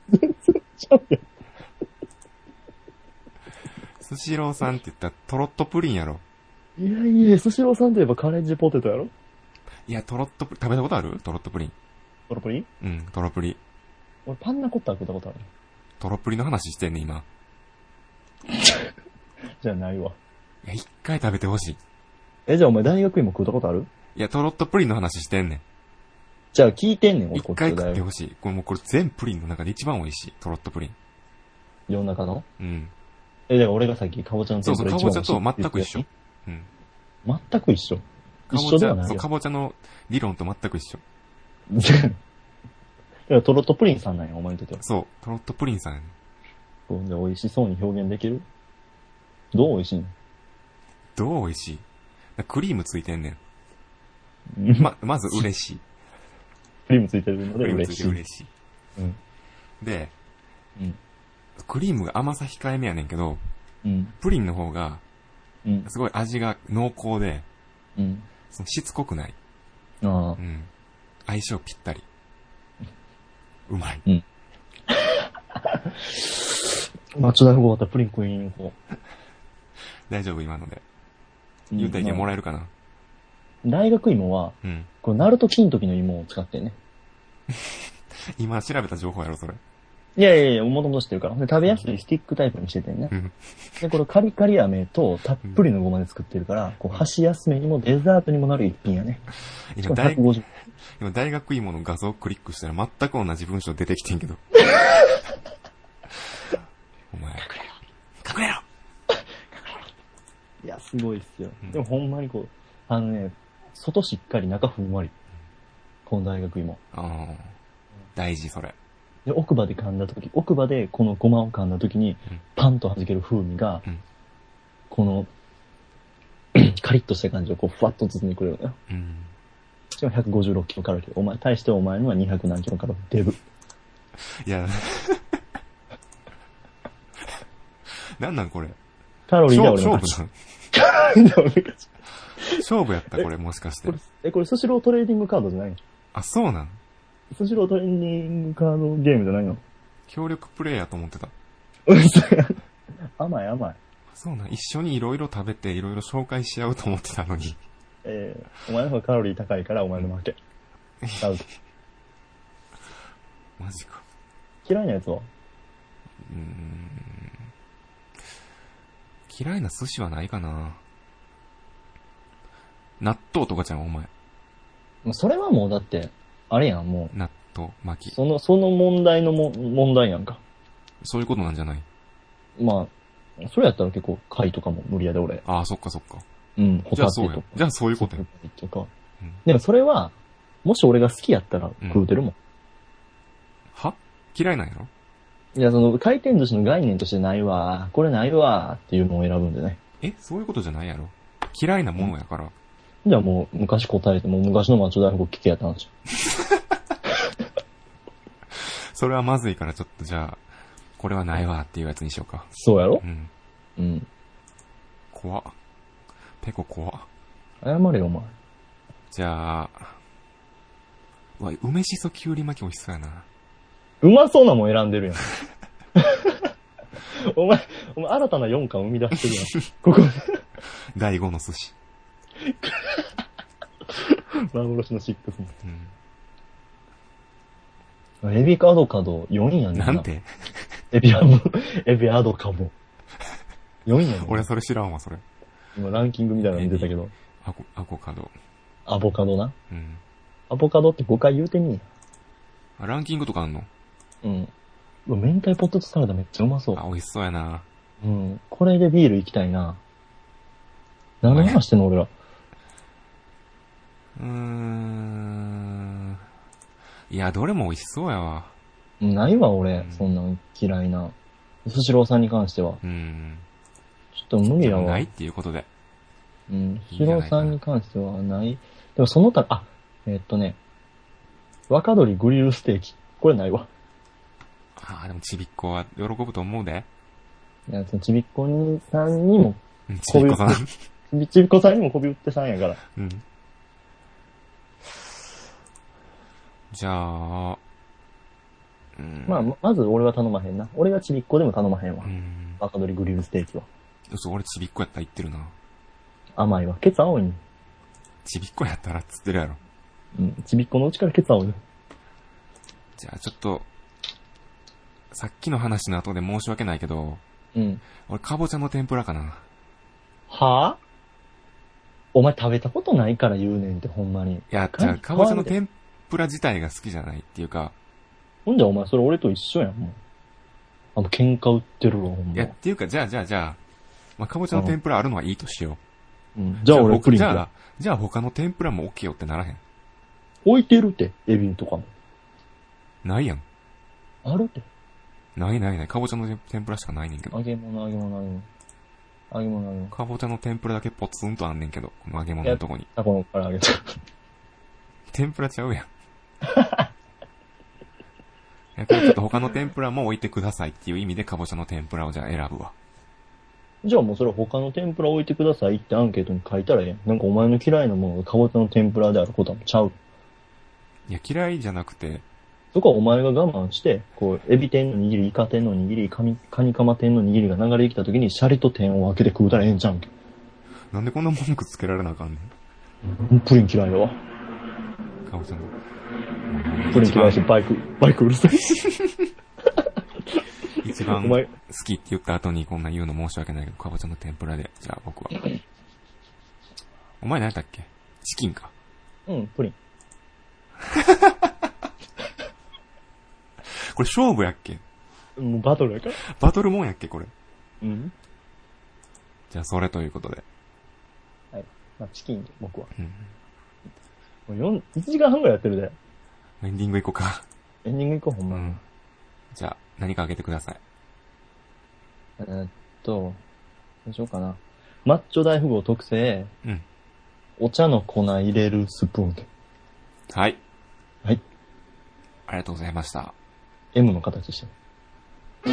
[SPEAKER 1] スシローさんって言ったらトロットプリンやろ。
[SPEAKER 2] いやいや、スシローさんといえばカレッジポテトやろ。
[SPEAKER 1] いや、トロットプリン、食べたことあるトロットプリン。
[SPEAKER 2] トロプリ？
[SPEAKER 1] うん、トロプリ。
[SPEAKER 2] 俺パンナコッタ食ったことある。
[SPEAKER 1] トロプリの話してんね、今。
[SPEAKER 2] じゃあないわ。
[SPEAKER 1] いや、一回食べてほしい。
[SPEAKER 2] え、じゃあお前大学院も食ったことある？
[SPEAKER 1] いや、トロットプリンの話してんねん。
[SPEAKER 2] じゃあ聞いてんねん、俺
[SPEAKER 1] 一回食ってほしい。これもうこれ全プリンの中で一番美味しい。トロットプリン。
[SPEAKER 2] 世の中の？
[SPEAKER 1] うん。
[SPEAKER 2] え、だから俺がさっきかぼちゃの
[SPEAKER 1] そうそう、かぼちゃと全く一緒。うん。
[SPEAKER 2] 全く一緒。
[SPEAKER 1] 一緒ではない。そう、かぼちゃの理論と全く一緒。
[SPEAKER 2] だからトロットプリンさんなんや、お前にとっては。
[SPEAKER 1] そう、トロットプリンさんやねん。
[SPEAKER 2] そう、じゃあ美味しそうに表現できる？どう美味しいの？
[SPEAKER 1] どう美味しい？クリームついてんねん。ま、まず嬉しい。
[SPEAKER 2] クリームついてるので嬉しい。
[SPEAKER 1] 嬉しい。
[SPEAKER 2] うん。
[SPEAKER 1] で、
[SPEAKER 2] うん。
[SPEAKER 1] クリームが甘さ控えめやねんけど、うん。プリンの方が、うん。すごい味が濃厚で、うん。そのしつこくない。ああ。うん。相性ぴったり。うまい。うん。
[SPEAKER 2] マッチョ大富豪だったらプリン食いに行こう。
[SPEAKER 1] 大丈夫今ので。言うた意見もらえるかな、
[SPEAKER 2] うん、大学芋は、うん。これナルト金時の芋を使ってね。
[SPEAKER 1] 今調べた情報やろ、それ。
[SPEAKER 2] いやいやいや、もともと知ってるから。で、食べやすいスティックタイプにしててね。うん、で、これカリカリ飴とたっぷりのごまで作ってるから、うん、こう、箸休めにもデザートにもなる一品やね。しかもひゃくごじゅう。
[SPEAKER 1] 今大学芋の画像をクリックしたら全く同じ文章出てきてんけど。お前。隠れろ
[SPEAKER 2] いや、すごいっすよ。うん、でもほんまにこう、あのね、外しっかり中ふんわり。この大学芋。ああ。
[SPEAKER 1] 大事、それ。
[SPEAKER 2] で、奥歯で噛んだとき、奥歯でこのごまを噛んだときに、うん、パンと弾ける風味が、うん、この、カリッとした感じをこう、ふわっと包んでくれるのよ。うん、しかもひゃくごじゅうろくキロカロリー。お前、対してお前のはにひゃくなんキロカロリー。デブ。
[SPEAKER 1] いや、なんなんこれ。
[SPEAKER 2] カロリーで俺の
[SPEAKER 1] 勝負なん
[SPEAKER 2] カロリーで俺の
[SPEAKER 1] 勝負やったこれもしかして。
[SPEAKER 2] これえ、これスシロートレーディングカードじゃないの？
[SPEAKER 1] あ、そうなん？
[SPEAKER 2] スシロートレーディングカードゲームじゃないの？
[SPEAKER 1] 協力プレイヤーと思ってた。
[SPEAKER 2] 嘘や。甘い甘い。
[SPEAKER 1] そうなん。一緒にいろいろ食べていろいろ紹介し合うと思ってたのに。
[SPEAKER 2] えー、お前の方がカロリー高いからお前の負け。アウト。
[SPEAKER 1] マジか。
[SPEAKER 2] 嫌いなやつは？
[SPEAKER 1] うーん。嫌いな寿司はないかな。納豆とかじゃん、お前。
[SPEAKER 2] それはもうだって、あれやん、も
[SPEAKER 1] う。納豆巻き。
[SPEAKER 2] その、その問題のも、問題やんか。
[SPEAKER 1] そういうことなんじゃない？
[SPEAKER 2] まあ、それやったら結構貝とかも無理やで、俺。
[SPEAKER 1] ああ、そっかそっか。
[SPEAKER 2] うん、ホタテとか。
[SPEAKER 1] じゃあそうや。じゃあそういうことや。
[SPEAKER 2] とか。うん、でもそれは、もし俺が好きやったら食うてるもん。うん、
[SPEAKER 1] は？嫌いなんやろ？
[SPEAKER 2] いや、その、回転寿司の概念としてないわ、これないわ、っていうのを選ぶんでね。
[SPEAKER 1] え、そういうことじゃないやろ？嫌いなものやから。
[SPEAKER 2] うん、じゃあもう、昔答えて、もう昔のマッチョ大富豪聞けやったんじ
[SPEAKER 1] ゃん。それはまずいからちょっとじゃあ、これはないわっていうやつにしようか。
[SPEAKER 2] そうやろ？
[SPEAKER 1] うん。
[SPEAKER 2] うん。
[SPEAKER 1] 怖っ。ペコ怖っ。
[SPEAKER 2] 謝れよ、お前。
[SPEAKER 1] じゃあ、うわ、梅しそきゅうり巻き美味しそうやな。
[SPEAKER 2] うまそうなもん選んでるやん。お前、お前新たなよんかん生み出してるやん。ここ。
[SPEAKER 1] だいごの寿司。
[SPEAKER 2] 幻のシックスも。うん。エビアドカドよんやねんな。
[SPEAKER 1] なんて
[SPEAKER 2] エビアド、エビアドカボ。よんやねん。
[SPEAKER 1] 俺それ知らんわ、それ。
[SPEAKER 2] 今ランキングみたいなの出たけど。
[SPEAKER 1] アボ、アボカド。
[SPEAKER 2] アボカドな。
[SPEAKER 1] うん。
[SPEAKER 2] アボカドってごかい言うてみんや。
[SPEAKER 1] あ、ランキングとかあんの？
[SPEAKER 2] うん。うわ、明太ポテトサラダめっちゃうまそう。
[SPEAKER 1] あ、美味しそうやな。
[SPEAKER 2] うん。これでビール行きたいな。何の話してんの俺ら。
[SPEAKER 1] うーん。いや、どれも美味しそうやわ。
[SPEAKER 2] ないわ、俺。うん、そんなん嫌いな。スシローさんに関しては。
[SPEAKER 1] うん。
[SPEAKER 2] ちょっと無理やわ。
[SPEAKER 1] ないっていうことで。
[SPEAKER 2] うん。スシローさんに関してはない。でもその他、あ、えー、っとね。若鶏グリルステーキ。これないわ。
[SPEAKER 1] ああ、でもちびっこは喜ぶと思うで。
[SPEAKER 2] いや、そのちびっこさんにも、
[SPEAKER 1] ちびっこさん。
[SPEAKER 2] ちびっこさんにもこび売ってさんやから。
[SPEAKER 1] うん。じゃあ、
[SPEAKER 2] うん、まあ、まず俺は頼まへんな。俺がちびっこでも頼まへんわ。うん。若鶏グリルステーキは。
[SPEAKER 1] 嘘、俺ちびっこやったら言ってるな。
[SPEAKER 2] 甘いわ。ケツ青いに。
[SPEAKER 1] ちびっこやったらっつってるやろ。
[SPEAKER 2] うん。ちびっこのうちからケツ合うよ。
[SPEAKER 1] じゃあちょっと、さっきの話の後で申し訳ないけど、
[SPEAKER 2] うん。
[SPEAKER 1] 俺、かぼちゃの天ぷらかな。
[SPEAKER 2] はぁ、お前食べたことないから言うねんって、ほんまに。
[SPEAKER 1] いや、じゃあ、かぼちゃの天ぷら自体が好きじゃないっていうか。
[SPEAKER 2] ほんでお前それ俺と一緒やん、もう。あの、喧嘩売ってるわ、ほんま。
[SPEAKER 1] いや、っていうか、じゃあ、じゃあ、じゃあ、まあ、かぼちゃの天ぷらあるのはいいとしよ
[SPEAKER 2] う。うん。じゃあ俺プリン
[SPEAKER 1] じゃあ、じゃあ他の天ぷらも OK よってならへん。
[SPEAKER 2] 置いてるって、エビとかも。
[SPEAKER 1] ないやん。
[SPEAKER 2] あるって。
[SPEAKER 1] ないないない。かぼちゃの天ぷらしかないねんけど。
[SPEAKER 2] 揚げ物、揚げ物、揚げ物。揚げ物、揚げ物。
[SPEAKER 1] かぼちゃの天ぷらだけポツンとあんねんけど、この揚げ物のとこに。
[SPEAKER 2] タコのから揚げた。
[SPEAKER 1] 天ぷらちゃうやん。いや、これちょっと他の天ぷらも置いてくださいっていう意味でかぼちゃの天ぷらをじゃあ選ぶわ。
[SPEAKER 2] じゃあもうそれ他の天ぷら置いてくださいってアンケートに書いたらええやん。なんかお前の嫌いなものがかぼちゃの天ぷらであることはちゃう。
[SPEAKER 1] いや、嫌いじゃなくて。
[SPEAKER 2] そこはお前が我慢して、こう、エビ天の握り、イカ天の握り、カニ、カニカマ天の握りが流れてきた時にシャリと天を分けて食うたらええんちゃうんけ。
[SPEAKER 1] なんでこんな文句つけられなあかんね
[SPEAKER 2] ん。プリン嫌いだわ。
[SPEAKER 1] かぼちゃの。
[SPEAKER 2] プリン嫌いし、バイク、バイクうるさい。
[SPEAKER 1] 一番好きって言った後にこんな言うの申し訳ないけど、かぼちゃの天ぷらで、じゃあ僕は。お前何やったっけ？チキンか。
[SPEAKER 2] うん、プリン。
[SPEAKER 1] これ勝負やっけ？
[SPEAKER 2] もうバトルやから。
[SPEAKER 1] バトルもんやっけこれ。
[SPEAKER 2] うん。
[SPEAKER 1] じゃあそれということで。
[SPEAKER 2] はい。まあチキンで、僕は。
[SPEAKER 1] うん。
[SPEAKER 2] もうよん、いちじかんはんぐらいやってるで。
[SPEAKER 1] エンディング行こうか。
[SPEAKER 2] エンディング行こう、ほんま。
[SPEAKER 1] うん。じゃあ、何かあげてください。
[SPEAKER 2] えーっと、どうしようかな。マッチョ大富豪特製。
[SPEAKER 1] うん。
[SPEAKER 2] お茶の粉入れるスプーン。
[SPEAKER 1] はい。
[SPEAKER 2] はい。
[SPEAKER 1] ありがとうございました。
[SPEAKER 2] M の形してる。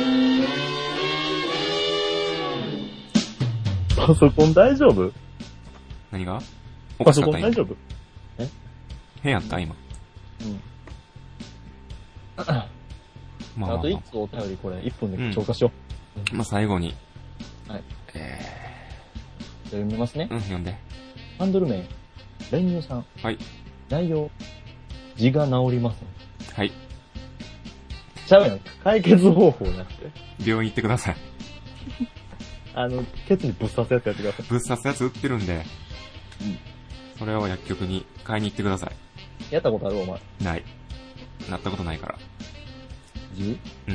[SPEAKER 2] パソコン大丈夫？
[SPEAKER 1] 何が？お
[SPEAKER 2] パ
[SPEAKER 1] かしかった？
[SPEAKER 2] ソコン大丈夫？え？
[SPEAKER 1] 変やった今。
[SPEAKER 2] うん。
[SPEAKER 1] まあまあ、まあ、
[SPEAKER 2] あといっつお便りこれいっぷんで消化しよ
[SPEAKER 1] う。うん、まあ最後に。
[SPEAKER 2] はい。
[SPEAKER 1] え
[SPEAKER 2] ー。読みますね。
[SPEAKER 1] うん、読んで。
[SPEAKER 2] ハンドル名、練乳さん。
[SPEAKER 1] はい。
[SPEAKER 2] 内容、字が治りません。
[SPEAKER 1] はい。
[SPEAKER 2] ちゃうやん。解決方法やって。
[SPEAKER 1] 病院行ってください。
[SPEAKER 2] あの、ケツにぶっ刺すやつやってください。
[SPEAKER 1] ぶっ刺すやつ売ってるんで。
[SPEAKER 2] うん。
[SPEAKER 1] それを薬局に買いに行ってください。
[SPEAKER 2] やったことあるお前。
[SPEAKER 1] ない。なったことないから。
[SPEAKER 2] 字？
[SPEAKER 1] うん。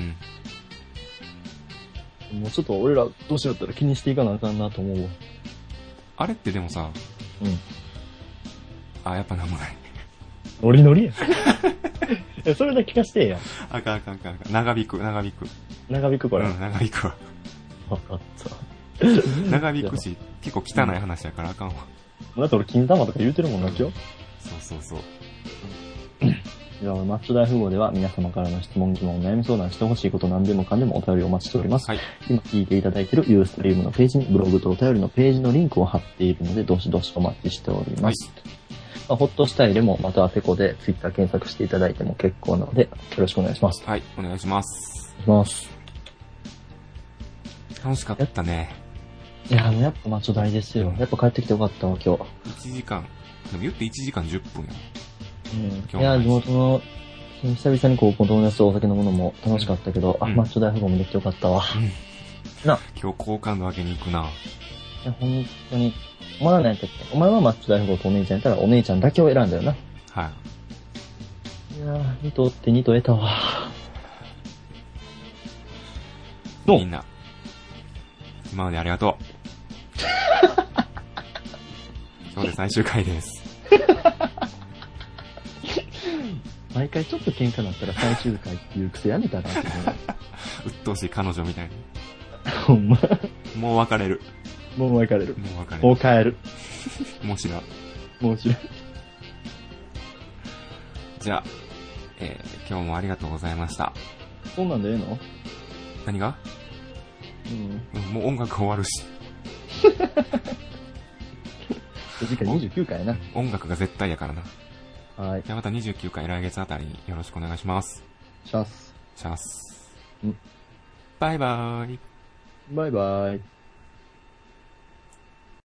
[SPEAKER 2] もうちょっと俺らどうしよったら気にしていかなあかんなと思うわ。
[SPEAKER 1] あれってでもさ、
[SPEAKER 2] うん。
[SPEAKER 1] あ、やっぱなんもない。
[SPEAKER 2] ノリノリやん。え、それだけ聞かしてやん。
[SPEAKER 1] あかんあかんあかんあかん。長引く、長引く。
[SPEAKER 2] 長引くこれ。
[SPEAKER 1] うん、長引くわ。
[SPEAKER 2] わかった。
[SPEAKER 1] 長引くし、結構汚い話やからあかんわ。
[SPEAKER 2] だって俺金玉とか言うてるもんな、今日。
[SPEAKER 1] そうそうそう。
[SPEAKER 2] では、マッチョ大富豪では皆様からの質問、疑問、悩み相談してほしいこと何でもかんでもお便りお待ちしております。
[SPEAKER 1] はい。
[SPEAKER 2] 今聞いていただいている Ustream のページにブログとお便りのページのリンクを貼っているので、どしどしお待ちしております。はい。まあ、ホッとしたいでも、またはペコで Twitter 検索していただいても結構なので、よろしくお願いします。
[SPEAKER 1] はい、お願いします。
[SPEAKER 2] お願いします。
[SPEAKER 1] 楽しかったね。
[SPEAKER 2] いや、もうやっぱマッチョ大ですよ。やっぱ帰ってきてよかったわ、今日。
[SPEAKER 1] いちじかん。でも言っていちじかんじゅっぷんや。
[SPEAKER 2] うん。いや、地元の、久々にこう、子供のやつとお酒飲むのも楽しかったけど、うん、あ、マッチョ大富豪もできてよかったわ。うん。な。今
[SPEAKER 1] 日好感度上げに行くな。
[SPEAKER 2] いや、本当に。お前は何やったっけ？お前はマッチョ大富豪とお姉ちゃんやったらお姉ちゃんだけを選んだよな。
[SPEAKER 1] はい。
[SPEAKER 2] いやー、にとってにと得たわ。
[SPEAKER 1] みんな、今までありがとう。今日で最終回です。
[SPEAKER 2] 毎回ちょっと喧嘩になったら最終回っていう癖やめたなって思う。
[SPEAKER 1] 鬱陶しい彼女みたいに。
[SPEAKER 2] ほんま。
[SPEAKER 1] もう別れる。
[SPEAKER 2] もう別れる。
[SPEAKER 1] もう別れる。
[SPEAKER 2] もう帰る。
[SPEAKER 1] もう知らん。
[SPEAKER 2] もう知らん。
[SPEAKER 1] じゃあ、えー、今日もありがとうございました。
[SPEAKER 2] そんなんでええの？
[SPEAKER 1] 何が？うん。もう音楽終わるし。
[SPEAKER 2] 次回にじゅうきゅうかいやな。
[SPEAKER 1] 音楽が絶対やからな。
[SPEAKER 2] はい。
[SPEAKER 1] じゃあまたにじゅうきゅうかい来月あたりによろしくお願いします。
[SPEAKER 2] シャス。
[SPEAKER 1] シャス。
[SPEAKER 2] ん。
[SPEAKER 1] バイバーイ。
[SPEAKER 2] バイバイ。